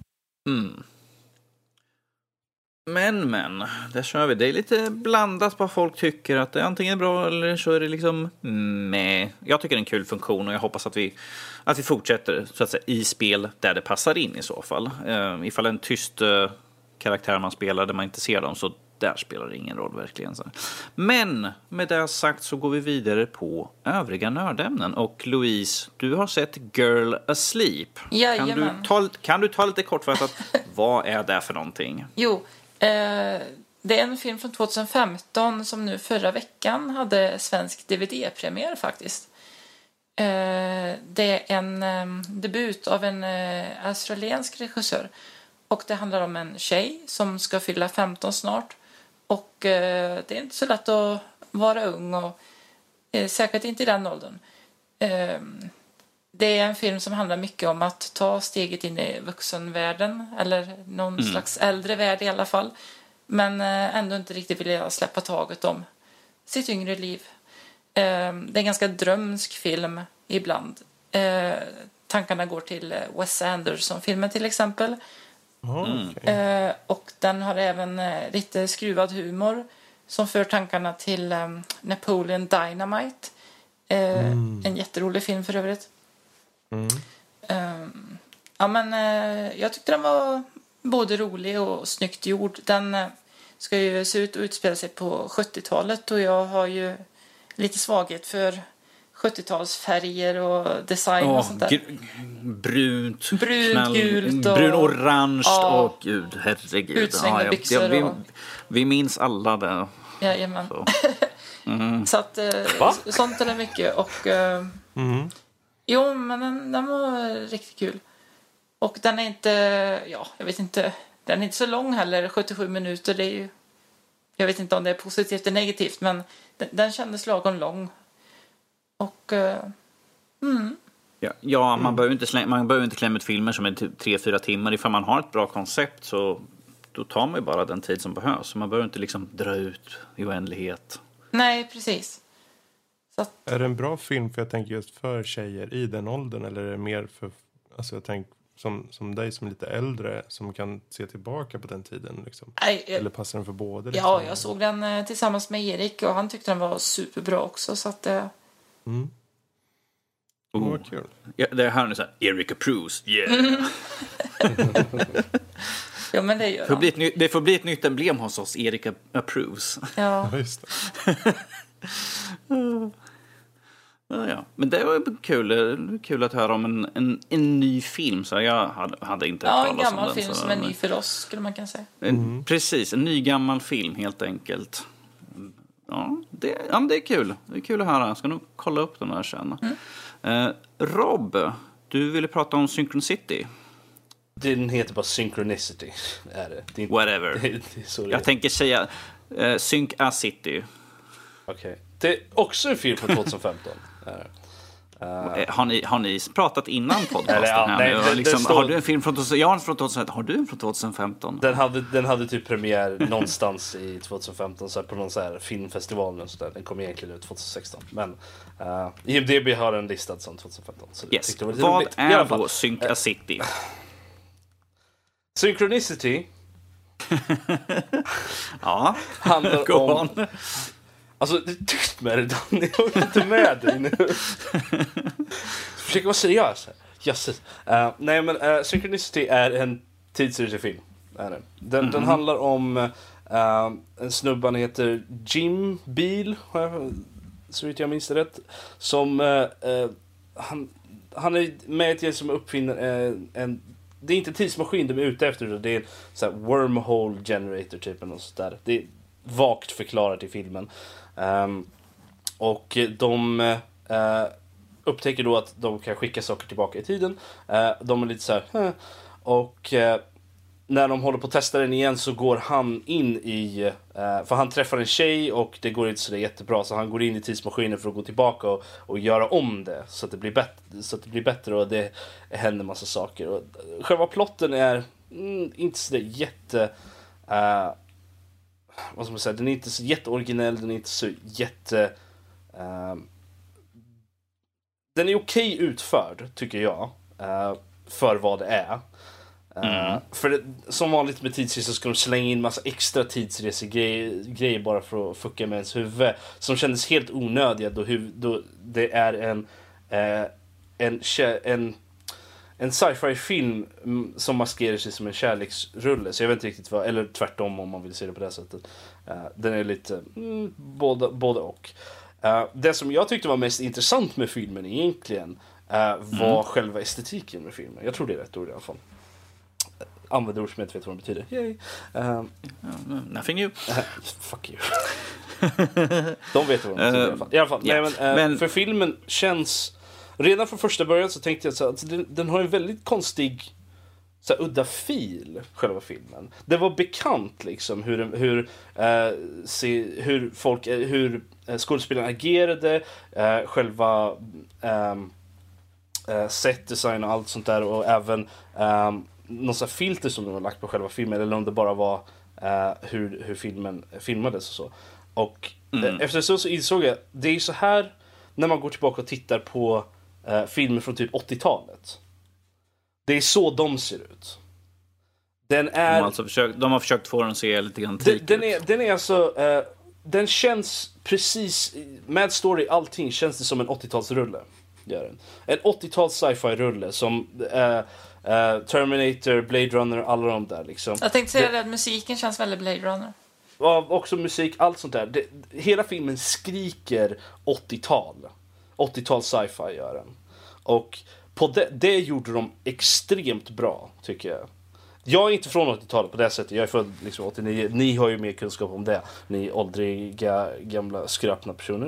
D: Men, där kör vi. Det är lite blandat vad folk tycker att det är antingen bra eller så är det liksom med. Jag tycker det är en kul funktion och jag hoppas att vi fortsätter så att säga i spel där det passar in i så fall. Ifall det är en tyst karaktär man spelar där man inte ser dem, så där spelar det ingen roll verkligen. Men med det sagt så går vi vidare på övriga nördämnen. Och Louise, du har sett Girl Asleep. Kan du ta lite kortfattat, vad är det för någonting?
A: Jo, det är en film från 2015 som nu förra veckan hade svensk DVD-premiär faktiskt. Det är en debut av en australiensk regissör. Och det handlar om en tjej som ska fylla 15 snart. Och det är inte så lätt att vara ung och säkert inte i den åldern. Det är en film som handlar mycket om att ta steget in i vuxenvärlden. Eller någon slags äldre värld i alla fall. Men ändå inte riktigt vilja släppa taget om sitt yngre liv. Det är en ganska drömsk film ibland. Tankarna går till Wes Anderson-filmen till exempel. Och den har även lite skruvad humor som för tankarna till Napoleon Dynamite. En jätterolig film för övrigt. Jag tyckte den var både rolig och snyggt gjord. Den ska ju se ut att utspela sig på 70-talet och jag har ju lite svaghet för 70-talsfärger och design och sånt där.
D: Brunt,
A: gult och
D: brun, orange och gud, herregud.
A: Utsvängda byxor
D: vi minns alla det.
A: Jajamän. Så att sånt är det mycket och jo, men den var riktigt kul. Och den är inte, jag vet inte, den är inte så lång heller, 77 minuter, det är ju, jag vet inte om det är positivt eller negativt, men den kändes lagom lång. Och
D: man behöver inte klämma ut filmer som är 3-4 timmar. Ifall man har ett bra koncept så då tar man ju bara den tid som behövs. Man behöver inte liksom dra ut i oändlighet.
A: Nej, precis. Så att...
B: Är det en bra film, för jag tänker just för tjejer i den åldern, eller är det mer för, alltså jag tänker som dig som är lite äldre som kan se tillbaka på den tiden liksom? Eller passar den för båda? Liksom?
A: Ja, jag såg den tillsammans med Erik och han tyckte den var superbra också, så att
B: Kul.
D: Ja, det här är så här, Erik approves, yeah.
A: Ja, men det
D: får bli ett nytt emblem hos oss, Erik approves.
A: Ja.
B: Just det.
D: Ja. Men det var kul att höra om en ny film, så jag hade inte hört talas om den.
A: Ja, en gammal film som är ny för oss, skulle man kunna säga.
D: Precis, en ny gammal film helt enkelt. Ja, det är kul. Det är kul att höra. Jag ska nog kolla upp den här sen. Rob, du ville prata om Synchronicity.
C: Den heter bara Synchronicity. Är det? Det är inte,
D: whatever.
C: Det är så
D: jag tänker säga Sync-A-City.
C: Okej. Det är också en film från 2015.
D: Har ni pratat innan podcasten? Har du en film från 2015? Har du en från 2015?
C: Den hade typ premiär någonstans i 2015 så här, på någon så här filmfestival och så där. Den kom egentligen ut 2016. Men IMDb har den listad som 2015. Så
D: yes.
C: Det var
D: vad
C: roligt.
D: är då Sync-A-City?
C: Synchronicity
D: ja,
C: handlar om Alltså, det är tyst med det, Danny. Jag är inte med dig nu. Försöker vara seriös här. Jösses. Nej, men Synchronicity är en tidsresefilm. Den handlar om en snubbe, han heter Jim Beal, så vitt jag minns det rätt. Som han är med ett gäng som uppfinner det är inte en tidsmaskin de är ute efter, det är en så här wormhole generator typ eller något sånt där. Det är vagt förklarat i filmen. Och de upptäcker då att de kan skicka saker tillbaka i tiden. De är lite så här och när de håller på att testa den igen så går han in i för han träffar en tjej och det går inte så det är jättebra, så han går in i tidsmaskinen för att gå tillbaka och göra om det så att det blir bättre och det händer massa saker. Och själva plotten är inte så jätte vad ska man säga, den är inte så jätteoriginell, den är inte så jätte den är okej utförd tycker jag, för vad det är. För det, som vanligt med tidsresor ska de slänga in massa extra tidsresegrejer bara för att fucka med ens huvud, som kändes helt onödiga då det är en sci-fi film som maskerar sig som en kärleksrulle. Så jag vet inte riktigt vad, eller tvärtom om man vill se det på det sättet. Den är lite både och. Det som jag tyckte var mest intressant med filmen egentligen var själva estetiken med filmen. Jag tror det är rätt ord i alla fall. Använder ord som jag inte vet vad de betyder. Yay.
D: Nothing new.
C: Fuck you. De vet vad de betyder i alla fall. Yeah. Men för filmen känns... Redan från första början så tänkte jag så att den har en väldigt konstig så här, udda fil, själva filmen. Det var bekant liksom hur skådespelarna agerade, själva setdesign och allt sånt där, och även någon sån här filter som de har lagt på själva filmen, eller om det bara var hur filmen filmades och så. Och efter så insåg jag, det är så här när man går tillbaka och tittar på filmer från typ 80-talet. Det är så de ser ut. Den är...
D: De har försökt få den att se lite antik ut.
C: Den är alltså... den känns precis... Med story, allting känns det som en 80-talsrulle. En 80-tals sci-fi-rulle som... Terminator, Blade Runner, alla de där liksom.
A: Jag tänkte säga att musiken känns väldigt Blade Runner.
C: Ja, också musik, allt sånt där. Hela filmen skriker 80-tal. 80-tal sci-fi gör den. Och på det gjorde de extremt bra, tycker jag. Jag är inte från 80-talet på det sättet. Jag är född liksom 89. Ni har ju mer kunskap om det. Ni åldriga, gamla, skröpna personer.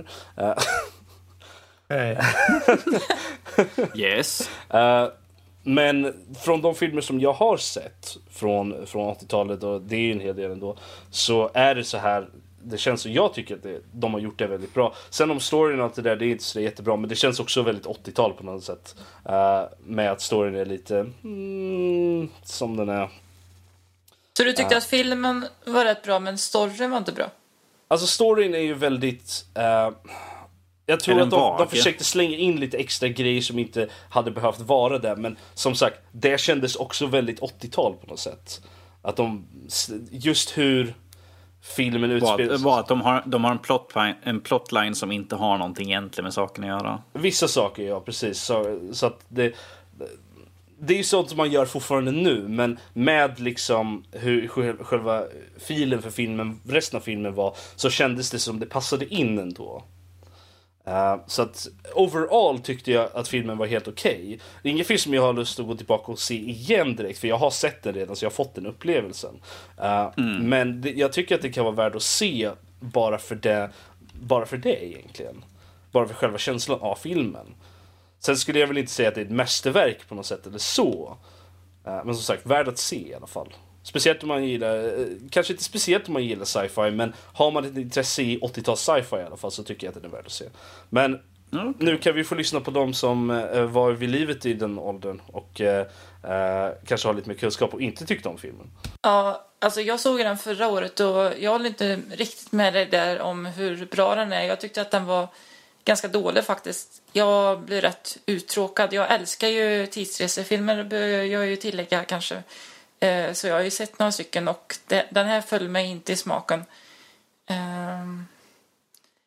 D: Yes.
C: Men från de filmer som jag har sett från 80-talet, och det är ju en hel del ändå, så är det så här. Det känns som, jag tycker att de har gjort det väldigt bra. Sen om storyn och allt det där, det är inte så jättebra, men det känns också väldigt 80-tal på något sätt. Med att storyn är lite som den är.
A: Så du tyckte att filmen var rätt bra, men storyn var inte bra?
C: Alltså storyn är ju väldigt... jag tror att de försökte slänga in lite extra grejer som inte hade behövt vara där. Men som sagt, det kändes också väldigt 80-tal på något sätt. Att just hur filmen utspelar sig.
D: Att de har en plotline som inte har någonting egentligen med saken att göra.
C: Vissa saker, ja, precis. Så att det är ju sånt som man gör fortfarande nu. Men med liksom hur själva filen för filmen, resten av filmen var, så kändes det som det passade in ändå. Så att overall tyckte jag att filmen var helt okej. Det är ingen film som jag har lust att gå tillbaka och se igen direkt, för jag har sett den redan, så jag har fått den upplevelsen. Men jag tycker att det kan vara värd att se bara för det egentligen. Bara för själva känslan av filmen. Sen skulle jag väl inte säga att det är ett mästerverk på något sätt eller så. Men som sagt, värd att se i alla fall. Speciellt om man gillar, kanske inte speciellt om man gillar sci-fi, men har man ett intresse i 80-tals sci-fi i alla fall, så tycker jag att det är värt att se. Men nu kan vi få lyssna på dem som var vid livet i den åldern och kanske har lite mer kunskap och inte tyckte om filmen.
A: Ja, alltså jag såg den förra året och jag håller inte riktigt med dig där om hur bra den är. Jag tyckte att den var ganska dålig faktiskt. Jag blir rätt uttråkad. Jag älskar ju tidsresefilmer, bör jag ju tillägga kanske. Så jag har ju sett några stycken och den här föll mig inte i smaken.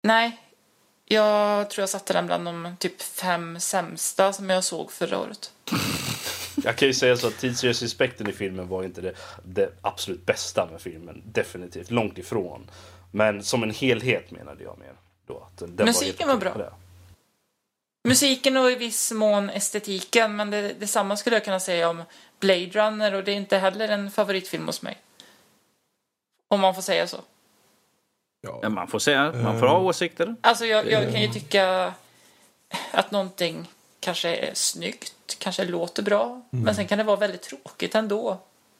A: Nej, jag tror jag satte den bland de typ 5 sämsta som jag såg förra året.
C: Jag kan ju säga så att tidsrespekten i filmen var inte det absolut bästa med filmen. Definitivt, långt ifrån. Men som en helhet menade jag mer. Då, att den
A: musiken var bra. Musiken och i viss mån estetiken. Men detsamma skulle jag kunna säga om Blade Runner. Och det är inte heller en favoritfilm hos mig. Om man får säga så.
D: Ja, man får säga, man får ha åsikter.
A: Alltså jag kan ju tycka att någonting kanske är snyggt, kanske låter bra, men sen kan det vara väldigt tråkigt ändå.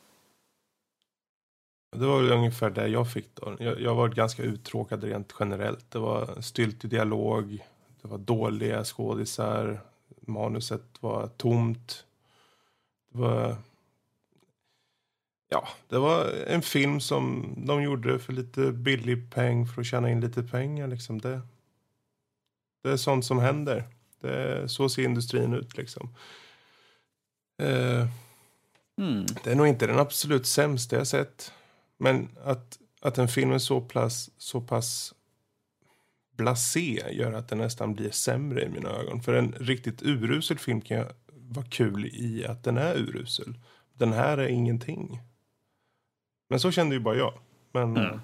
B: Det var väl ungefär där jag fick då. Jag var ganska uttråkad rent generellt. Det var styltig dialog, det var dåliga skådisar, manuset var tomt. Det var en film som de gjorde för lite billig peng för att tjäna in lite pengar. Liksom. Det är sånt som händer. Så ser industrin ut. Liksom. Det är nog inte den absolut sämsta jag sett. Men att en film är så pass blasé gör att den nästan blir sämre i mina ögon. För en riktigt urusel film kan ju vara kul i att den är urusel. Den här är ingenting. Men så kände ju bara jag. Men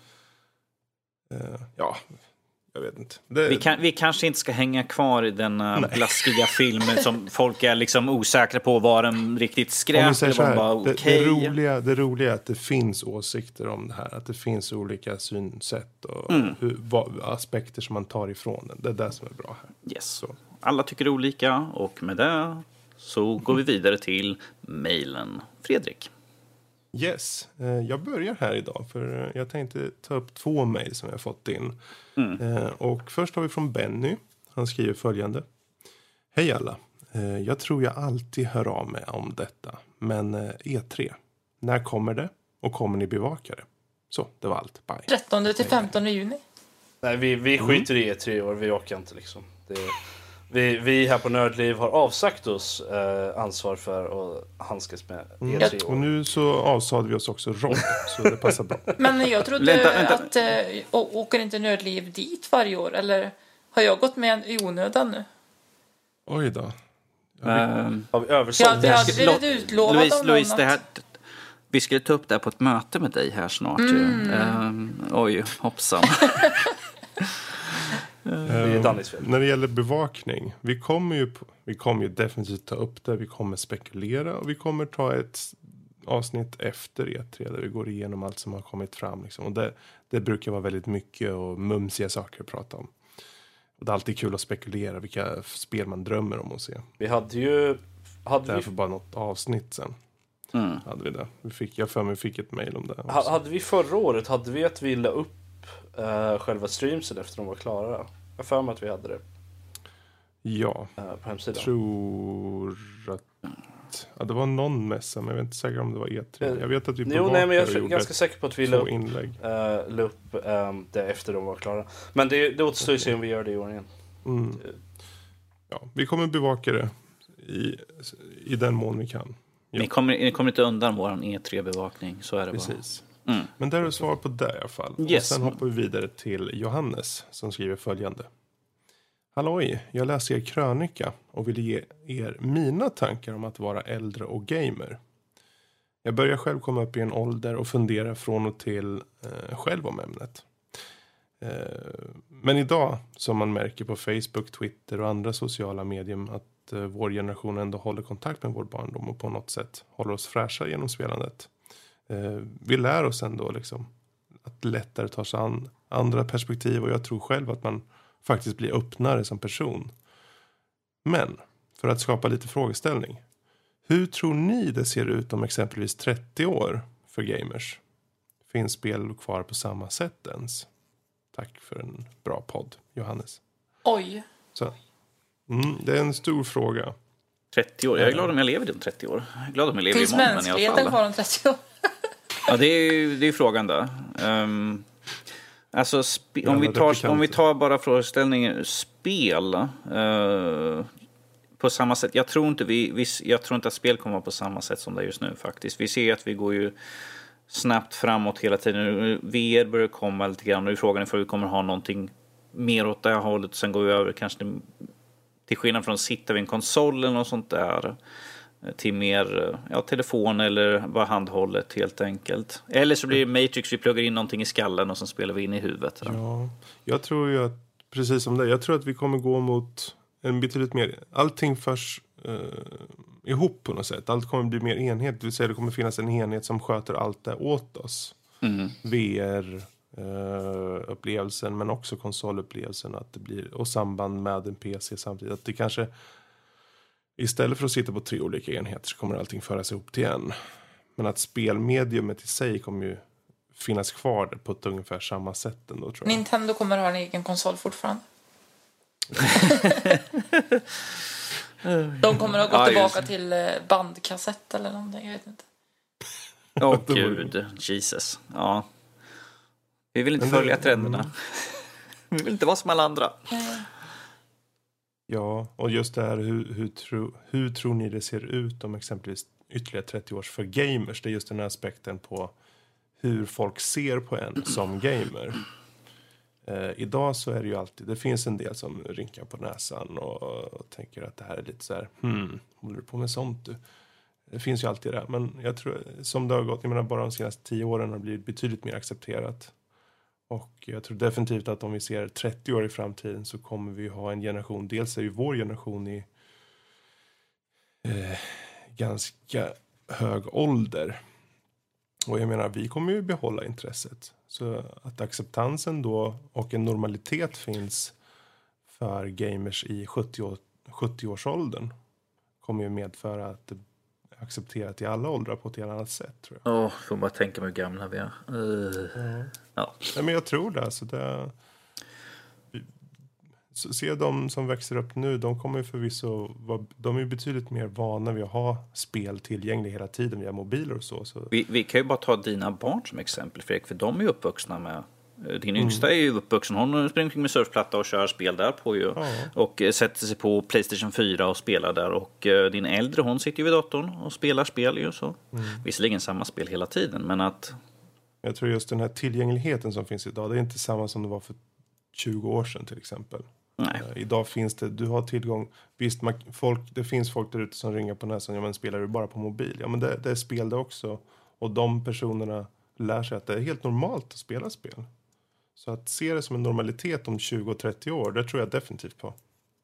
B: jag vet inte.
D: Vi kanske inte ska hänga kvar i den blaskiga filmen som folk är liksom osäkra på. Var den riktigt skräp eller var den bara okej?
B: Det roliga är att det finns åsikter om det här. Att det finns olika synsätt och aspekter som man tar ifrån den. Det är det som är bra här.
D: Yes. Så. Alla tycker olika och med det så går vi vidare till mejlen. Fredrik.
B: Yes, jag börjar här idag för jag tänkte ta upp 2 mejl som jag har fått in. Och först har vi från Benny. Han skriver följande. Hej alla, jag tror jag alltid hör av mig om detta. Men E3, när kommer det? Och kommer ni bevaka det? Så, det var allt. Bye.
A: 13-15 juni.
C: Nej, vi skiter i E3 år, vi åker inte liksom. Vi här på Nördliv har avsagt oss ansvar för att handskas med E3 år.
B: Och nu så avsade vi oss också roll, så det passar bra.
A: Men jag trodde att åker inte Nördliv dit varje år? Eller har jag gått med i onödan nu?
B: Oj då.
C: Har vi översålt?
A: Jag hade blivit utlovad av
D: Louise, det här, vi skulle ta upp det här på ett möte med dig här snart. Oj, hoppsan.
B: När det gäller bevakning, vi kommer ju definitivt ta upp det, vi kommer spekulera och vi kommer ta ett avsnitt efter E3 där vi går igenom allt som har kommit fram liksom. Och det brukar vara väldigt mycket och mumsiga saker att prata om. Och det är alltid kul att spekulera vilka spel man drömmer om att se.
C: Vi hade
B: för bara något avsnitt sen. Hade vi det. Vi fick ett mejl om det.
C: Hade vi förra året, hade vi att vi la upp själva streamsen efter de var klara? Jag för mig att vi hade det.
B: Ja.
C: På hemsidan.
B: Tror att det var någon mässa, men jag vet inte säkert om det var E3. Jag vet att vi
C: men jag är ganska säker på att vi la upp det efter de var klara. Men det återstår ju se om vi gör det i år igen.
B: Ja, vi kommer bevaka det i den mån vi kan. Ja.
D: Ni kommer inte undan våran E3-bevakning, så är det.
B: Precis. Men där är svar på det i alla fall.
D: Yes.
B: Och sen hoppar vi vidare till Johannes som skriver följande. Halloj, jag läser er krönika och vill ge er mina tankar om att vara äldre och gamer. Jag börjar själv komma upp i en ålder och fundera från och till själv om ämnet. Men idag, som man märker på Facebook, Twitter och andra sociala medier, att vår generation ändå håller kontakt med vår barndom och på något sätt håller oss fräscha genom spelandet. Vi lär oss ändå liksom att lättare ta sig an andra perspektiv och jag tror själv att man faktiskt blir öppnare som person. Men för att skapa lite frågeställning. Hur tror ni det ser ut om exempelvis 30 år för gamers? Finns spel kvar på samma sätt ens? Tack för en bra podd, Johannes.
A: Oj.
B: Så. Det är en stor fråga.
D: 30 år. Jag är glad om jag lever om 30 år. Jag är glad om jag lever
A: finns
D: imorgon. Finns
A: mänskligheten kvar om 30 år?
D: Ja, det är frågan då. Alltså, om vi tar bara frågeställningen spel på samma sätt. Jag tror inte att spel kommer på samma sätt som det är just nu faktiskt. Vi ser att vi går ju snabbt framåt hela tiden. VR börjar komma lite grann och frågan är om vi kommer ha någonting mer åt det här hållet. Sen går vi över kanske till skillnad från att sitta vid en konsol eller något sånt där, till mer telefon eller bara handhållet helt enkelt. Eller så blir det Matrix, vi pluggar in någonting i skallen och sen spelar vi in i huvudet.
B: Ja, jag tror ju att, precis som det, jag tror att vi kommer gå mot en betydligt mer, allting förs ihop på något sätt. Allt kommer bli mer enhet, det vill säga det kommer finnas en enhet som sköter allt det åt oss. VR upplevelsen, men också konsolupplevelsen, att det blir, och samband med en PC samtidigt, att det kanske istället för att sitta på 3 olika enheter så kommer allting föras ihop till en. Men att spelmediumet i sig kommer ju finnas kvar på ett ungefär samma sätt ändå, tror jag.
A: Nintendo kommer ha en egen konsol fortfarande. De kommer att ha gått tillbaka till bandkassett eller någonting, jag vet inte.
D: Gud, Jesus. Ja. Vi vill inte följa trenderna. Vi vill inte vara som alla andra.
B: Ja, och just det här, hur tror ni det ser ut om exempelvis ytterligare 30 år för gamers? Det är just den här aspekten på hur folk ser på en som gamer. Idag så är det ju alltid, det finns en del som rynkar på näsan och tänker att det här är lite så här, håller du på med sånt du? Det finns ju alltid det, men jag tror, som det har gått, jag menar bara de senaste 10 åren har blivit betydligt mer accepterat. Och jag tror definitivt att om vi ser 30 år i framtiden så kommer vi ha en generation, dels är ju vår generation i ganska hög ålder. Och jag menar, vi kommer ju behålla intresset. Så att acceptansen då och en normalitet finns för gamers i 70-årsåldern kommer ju medföra att det är accepterat i alla åldrar på ett helt annat sätt, tror jag.
D: Får bara tänka mig hur gamla vi är. Ja.
B: Nej, men jag tror det. Alltså se de som växer upp nu, de kommer ju förvisso de är ju betydligt mer vana vid att ha spel tillgängliga hela tiden via mobiler och så.
D: Vi kan ju bara ta dina barn som exempel, Fredrik, för de är ju uppvuxna med, din yngsta är ju uppvuxen, hon springer med surfplatta och kör spel där på ju, och sätter sig på PlayStation 4 och spelar där, och din äldre, hon sitter ju vid datorn och spelar spel ju så. Visserligen samma spel hela tiden, men att
B: jag tror just den här tillgängligheten som finns idag, det är inte samma som det var för 20 år sedan till exempel.
D: Nej.
B: Idag finns det, du har tillgång, visst det finns folk där ute som ringer på näsan, ja men spelar du bara på mobil? Ja men det är spel det också, och de personerna lär sig att det är helt normalt att spela spel. Så att se det som en normalitet om 20 och 30 år, det tror jag definitivt på.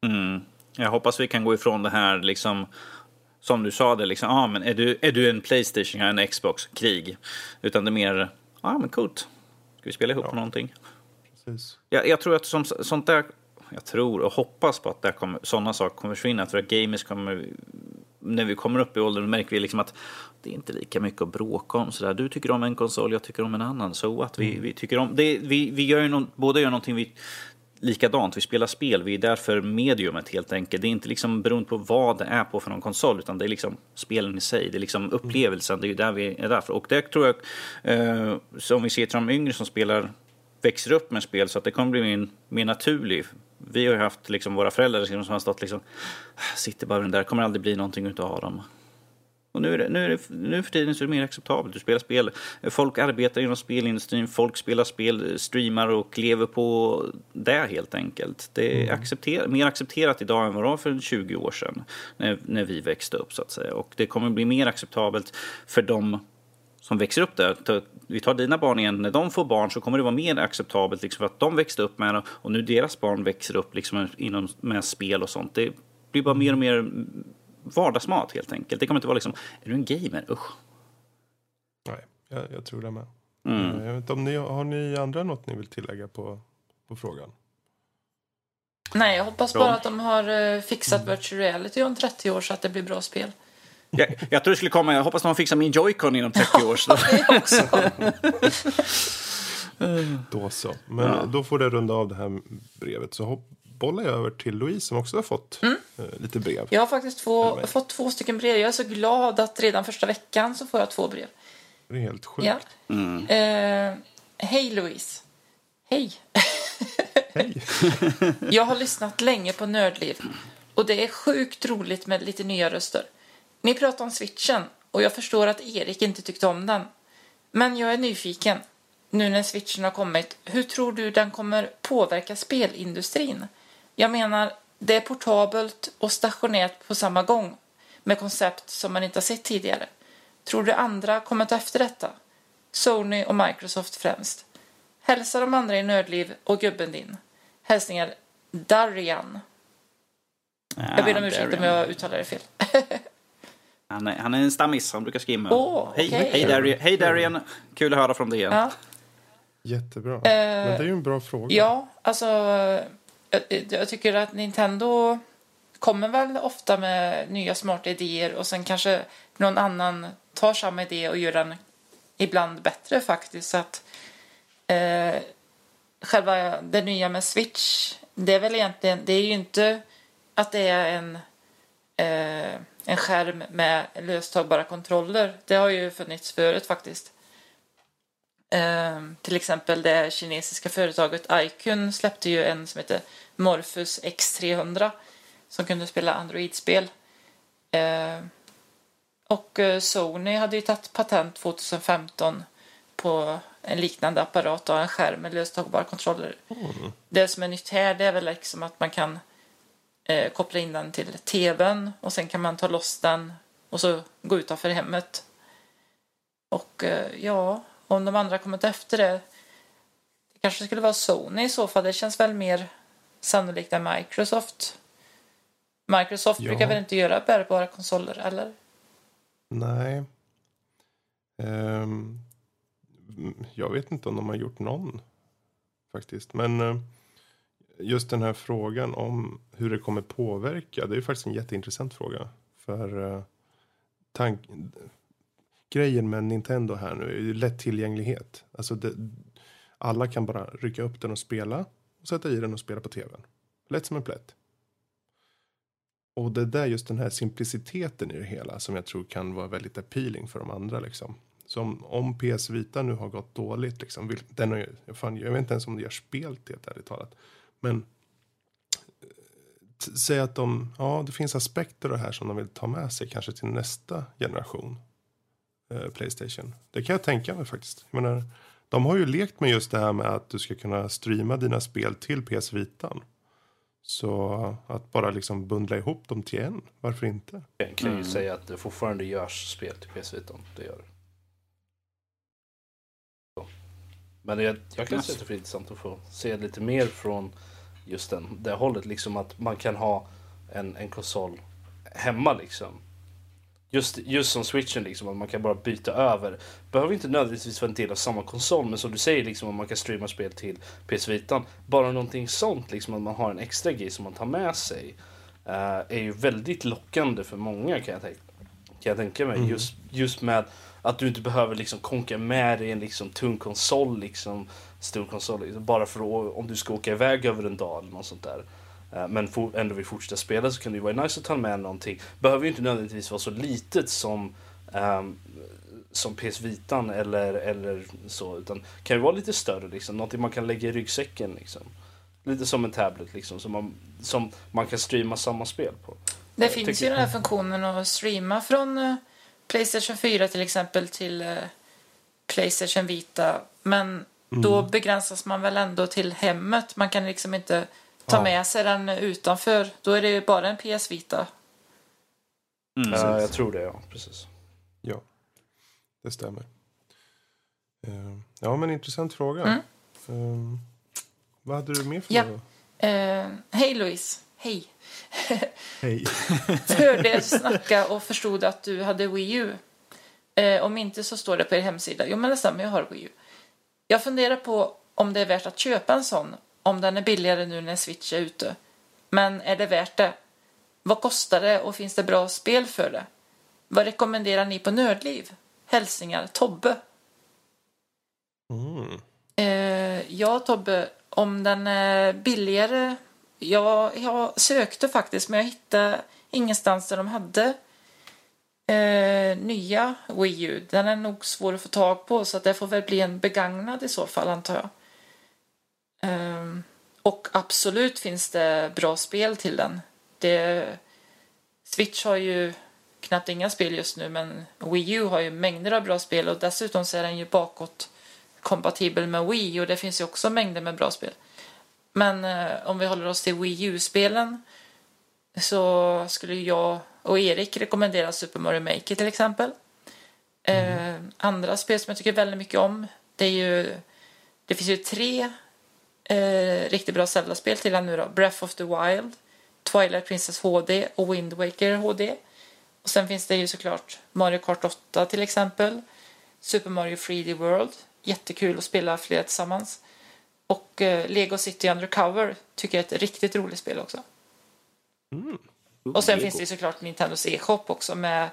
D: Jag hoppas vi kan gå ifrån det här liksom, som du sa det liksom, men är du en PlayStation eller en Xbox, krig, utan det är mer, men coolt, ska vi spela ihop på någonting?
B: Precis.
D: Jag tror att sånt där, jag tror och hoppas på att sådana saker kommer försvinna, för att gamers kommer, när vi kommer upp i åldern, märker vi liksom att det är inte lika mycket att bråka om sådär. Du tycker om en konsol, jag tycker om en annan, så att vi tycker om det, vi gör ju båda gör någonting likadant, vi spelar spel, vi är därför mediumet helt enkelt. Det är inte liksom beroende på vad det är på för någon konsol, utan det är liksom spelen i sig, det är liksom upplevelsen, det är ju där vi är därför. Och det tror jag, som vi ser till de yngre som växer upp med spel, så att det kommer bli mer naturligt. Vi har ju haft liksom våra föräldrar som har stått liksom, sitter bara där, kommer aldrig bli någonting utav dem. Och nu för tiden så är det mer acceptabelt. Du spelar spel, folk arbetar inom spelindustrin, folk spelar spel, streamar och lever på det helt enkelt. Det är mer accepterat idag än vad det var för 20 år sedan när vi växte upp så att säga. Och det kommer bli mer acceptabelt för dem som växer upp där. Vi tar dina barn igen, när de får barn så kommer det vara mer acceptabelt liksom, för att de växte upp med det, och nu deras barn växer upp liksom, med spel och sånt. Det blir bara mer och mer vardagsmat helt enkelt. Det kommer inte vara liksom, är du en gamer? Usch.
B: Nej, jag tror det med. Jag vet inte om har ni andra något ni vill tillägga på frågan?
A: Nej, jag hoppas bara att de har fixat virtual reality om 30 år så att det blir bra spel.
D: Jag tror det skulle komma, jag hoppas de fixar min Joy-Con inom 30 år. Så.
B: Då så. Men då får det runda av det här brevet. Så bollar jag över till Louise som också har fått lite brev.
A: Jag har faktiskt fått 2 stycken brev. Jag är så glad att redan första veckan så får jag 2 brev.
B: Det är helt sjukt.
A: Ja. Hej Louise. Hej.
B: Hej.
A: Jag har lyssnat länge på Nördliv. Och det är sjukt roligt med lite nya röster. Ni pratar om Switchen och jag förstår att Erik inte tyckte om den. Men jag är nyfiken. nu när Switchen har kommit, hur tror du den kommer påverka spelindustrin? Jag menar, det är portabelt och stationerat på samma gång med koncept som man inte har sett tidigare. Tror du andra kommer ta efter detta? Sony och Microsoft främst. Hälsa de andra i Nördliv och gubben din. Hälsningar Darian. Jag ber om ursäkt om jag uttalar det fel.
D: Han är en stammis, han brukar skriva.
A: Okay.
D: Hej Darian, kul att höra från dig igen.
A: Ja.
B: Jättebra. Men det är ju en bra fråga.
A: Ja, alltså jag tycker att Nintendo kommer väl ofta med nya smarta idéer och sen kanske någon annan tar samma idé och gör den ibland bättre faktiskt. Så att själva det nya med Switch, det är väl egentligen, det är ju inte att det är en skärm med löstagbara kontroller. Det har ju funnits förut faktiskt. Till exempel det kinesiska företaget iQun släppte ju en som heter Morphus X300 som kunde spela Android-spel. Och Sony hade ju tagit patent 2015 på en liknande apparat och en skärm med löstagbara kontroller. Det som är nytt här, det är väl liksom att man kan koppla in den till tvn och sen kan man ta loss den och så gå utanför hemmet. Och ja, om de andra kommer efter det kanske skulle vara Sony i så fall. Det känns väl mer sannolikt än Microsoft. Microsoft brukar väl inte göra bärbara konsoler, eller?
B: Nej. Jag vet inte om de har gjort någon faktiskt. Men just den här frågan om hur det kommer påverka, det är ju faktiskt en jätteintressant fråga. För grejen med Nintendo här nu är ju lättillgänglighet. Alltså alla kan bara rycka upp den och spela och sätta i den och spela på tvn. Lätt som en plätt. Och det där, just den här simpliciteten i det hela som jag tror kan vara väldigt appealing för de andra liksom. Som om PS Vita nu har gått dåligt liksom. Jag vet inte ens om det gör spel till det, ärligt talat. Men säg att det finns aspekter av det här som de vill ta med sig kanske till nästa generation PlayStation. Det kan jag tänka mig faktiskt. Jag menar, de har ju lekt med just det här med att du ska kunna streama dina spel till PS Vitan. Så att bara liksom bundla ihop dem till en, varför inte?
C: Jag kan ju säga att det fortfarande görs spel till PS Vitan, det gör det. Så. Men jag kan säga att det är intressant att få se lite mer från just det hållet, liksom att man kan ha en konsol hemma liksom. Just som Switchen liksom, att man kan bara byta över. Behöver inte nödvändigtvis vara en del av samma konsol, men som du säger liksom, om man kan streama spel till PS Vitan, bara någonting sånt liksom, att man har en extra grej som man tar med sig, är ju väldigt lockande för många, kan jag tänka mig. Just med att du inte behöver liksom konka med dig en liksom tung konsol liksom, stor konsol liksom, bara för att, om du ska åka iväg över en dag eller något sånt där. Men ändå vill fortsätta spela, så kan det ju vara nice att ta med någonting. Behöver ju inte nödvändigtvis vara så litet som PS Vitan eller så, utan kan ju vara lite större liksom, någonting man kan lägga i ryggsäcken liksom. Lite som en tablet liksom, som man kan streama samma spel på.
A: Det finns ju den här funktionen att streama från PlayStation 4 till exempel till PlayStation Vita, men då begränsas man väl ändå till hemmet. Man kan liksom inte ta med sig den utanför. Då är det ju bara en PS Vita.
C: Jag tror det, ja. Precis.
B: Ja, det stämmer. Ja, men intressant fråga. Vad hade du mer för fråga?
A: Hej Louise. Hej.
B: Hej.
A: Hörde er snacka och förstod att du hade Wii U. Om inte så står det på er hemsida. Jo, men det stämmer, jag har Wii U. Jag funderar på om det är värt att köpa en sån. Om den är billigare nu när Switch är ute. Men är det värt det? Vad kostar det och finns det bra spel för det? Vad rekommenderar ni på Nördliv? Hälsningar Tobbe. Ja, Tobbe, om den är billigare. Jag sökte faktiskt, men jag hittade ingenstans där de hade nya Wii U. Den är nog svår att få tag på, så att det får väl bli en begagnad i så fall, antar jag. Och absolut finns det bra spel till den. Switch har ju knappt inga spel just nu, men Wii U har ju mängder av bra spel, och dessutom så är den ju bakåt kompatibel med Wii, och det finns ju också mängder med bra spel. Men om vi håller oss till Wii U-spelen så skulle jag och Erik rekommendera Super Mario Maker till exempel. Andra spel som jag tycker väldigt mycket om, det finns ju 3 riktigt bra Zelda-spel till nu då. Breath of the Wild, Twilight Princess HD och Wind Waker HD. Och sen finns det ju såklart Mario Kart 8 till exempel, Super Mario 3D World, jättekul att spela flera tillsammans. Och Lego City Undercover tycker jag är ett riktigt roligt spel också. Och sen finns det ju såklart Nintendos eShop också med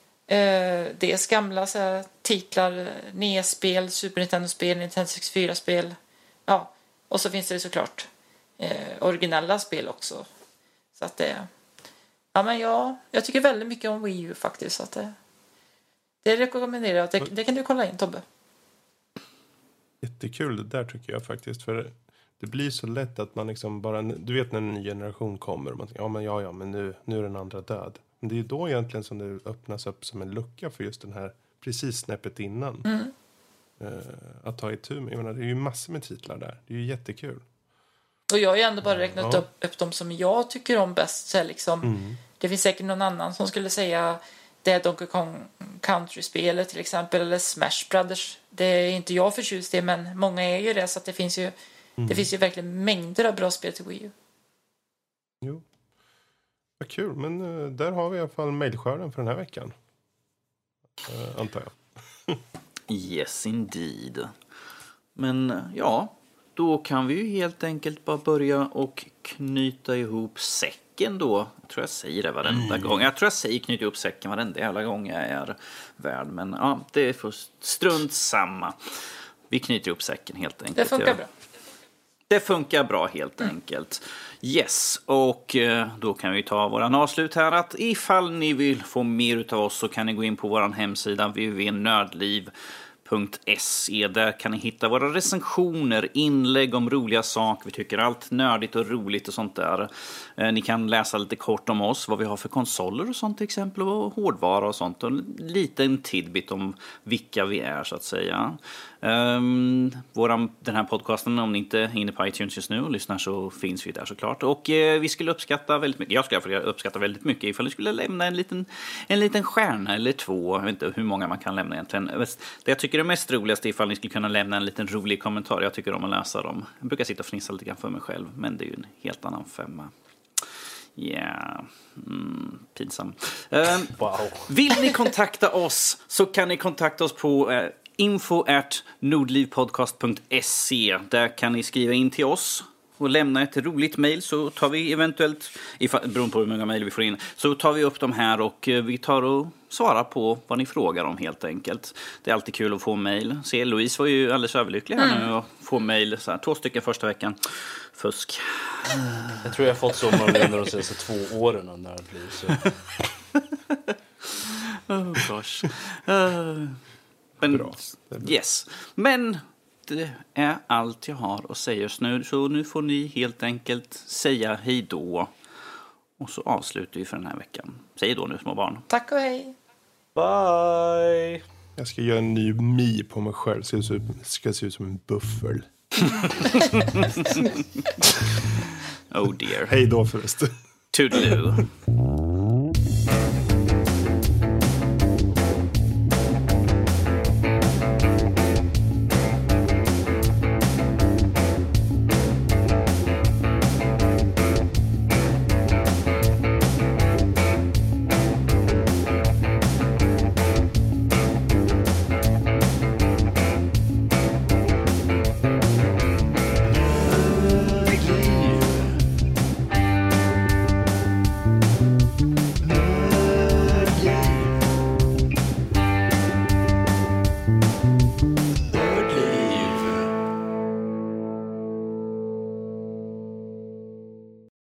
A: dels gamla så här, titlar, NES-spel, Super Nintendo-spel, Nintendo 64-spel. Ja, och så finns det ju såklart originella spel också. Så att det... Ja, men jag tycker väldigt mycket om Wii U faktiskt. Så att det rekommenderar jag. Det kan du kolla in, Tobbe.
B: Jättekul det där tycker jag faktiskt. För det blir så lätt att man liksom bara... Du vet när en ny generation kommer. Och man tänker, men nu är den andra död. Men det är ju då egentligen som det öppnas upp som en lucka för just den här precis snäppet innan. Att ta itu med. Jag menar, det är ju massor med titlar där. Det är ju jättekul.
A: Och jag har ju ändå bara räknat upp dem som jag tycker om bäst. Så liksom, det finns säkert någon annan som skulle säga det är Donkey Kong Country-spelet till exempel. Eller Smash Brothers. Det är inte jag förtjust i, men många är ju det. Så att det finns ju verkligen mängder av bra spel till Wii U.
B: Jo. Vad kul, men där har vi i alla fall mejlskörden för den här veckan. Antar jag.
D: Yes, indeed. Men ja, då kan vi ju helt enkelt bara börja och knyta ihop säcken då. Jag tror jag säger det varenda gång. Jag tror jag säger knyta ihop säcken varenda jävla gång jag är värd. Men ja, det är för strunt samma. Vi knyter ihop säcken helt enkelt.
A: Det funkar bra.
D: Det funkar bra helt enkelt. Yes, och då kan vi ta våran avslut här att ifall ni vill få mer utav oss så kan ni gå in på våran hemsida www.nördliv.se. Där kan ni hitta våra recensioner, inlägg om roliga saker. Vi tycker allt nördigt och roligt och sånt där. Ni kan läsa lite kort om oss, vad vi har för konsoler och sånt till exempel, och hårdvara och sånt. Och en liten tidbit om vilka vi är så att säga. Den här podcasten, om ni inte är inne på iTunes just nu och lyssnar, så finns vi där såklart. Och vi skulle uppskatta väldigt mycket. Jag skulle uppskatta väldigt mycket ifall ni skulle lämna en liten stjärna eller 2. Jag vet inte hur många man kan lämna egentligen. Det jag tycker är mest roligast är ifall ni skulle kunna lämna en liten rolig kommentar. Jag tycker om att läsa dem. Jag brukar sitta och fnissa lite grann för mig själv, men det är ju en helt annan femma. Yeah. Pinsam.
C: Wow.
D: Vill ni kontakta oss så kan ni kontakta oss på info@nordlivpodcast.se. Där kan ni skriva in till oss och lämna ett roligt mejl, så tar vi eventuellt, beroende på hur många mejl vi får in, så tar vi upp dem här och vi tar och svarar på vad ni frågar om helt enkelt. Det är alltid kul att få mejl. Se, Louise var ju alldeles överlycklig här nu att få mejl. 2 stycken första veckan. Fusk.
C: Jag tror jag har fått så många under de senaste 2 åren när det blir så.
D: Oh gosh. Men,
B: Bra.
D: yes. Men det är allt jag har att säga just nu. Så nu får ni helt enkelt säga hej då. Och så avslutar vi för den här veckan. Säg då nu, små barn.
A: Tack och hej.
C: Bye!
B: Jag ska göra en ny mi på mig själv. Ska se ut som en buffel.
D: Oh dear.
B: Hej då förresten.
D: Toodaloo.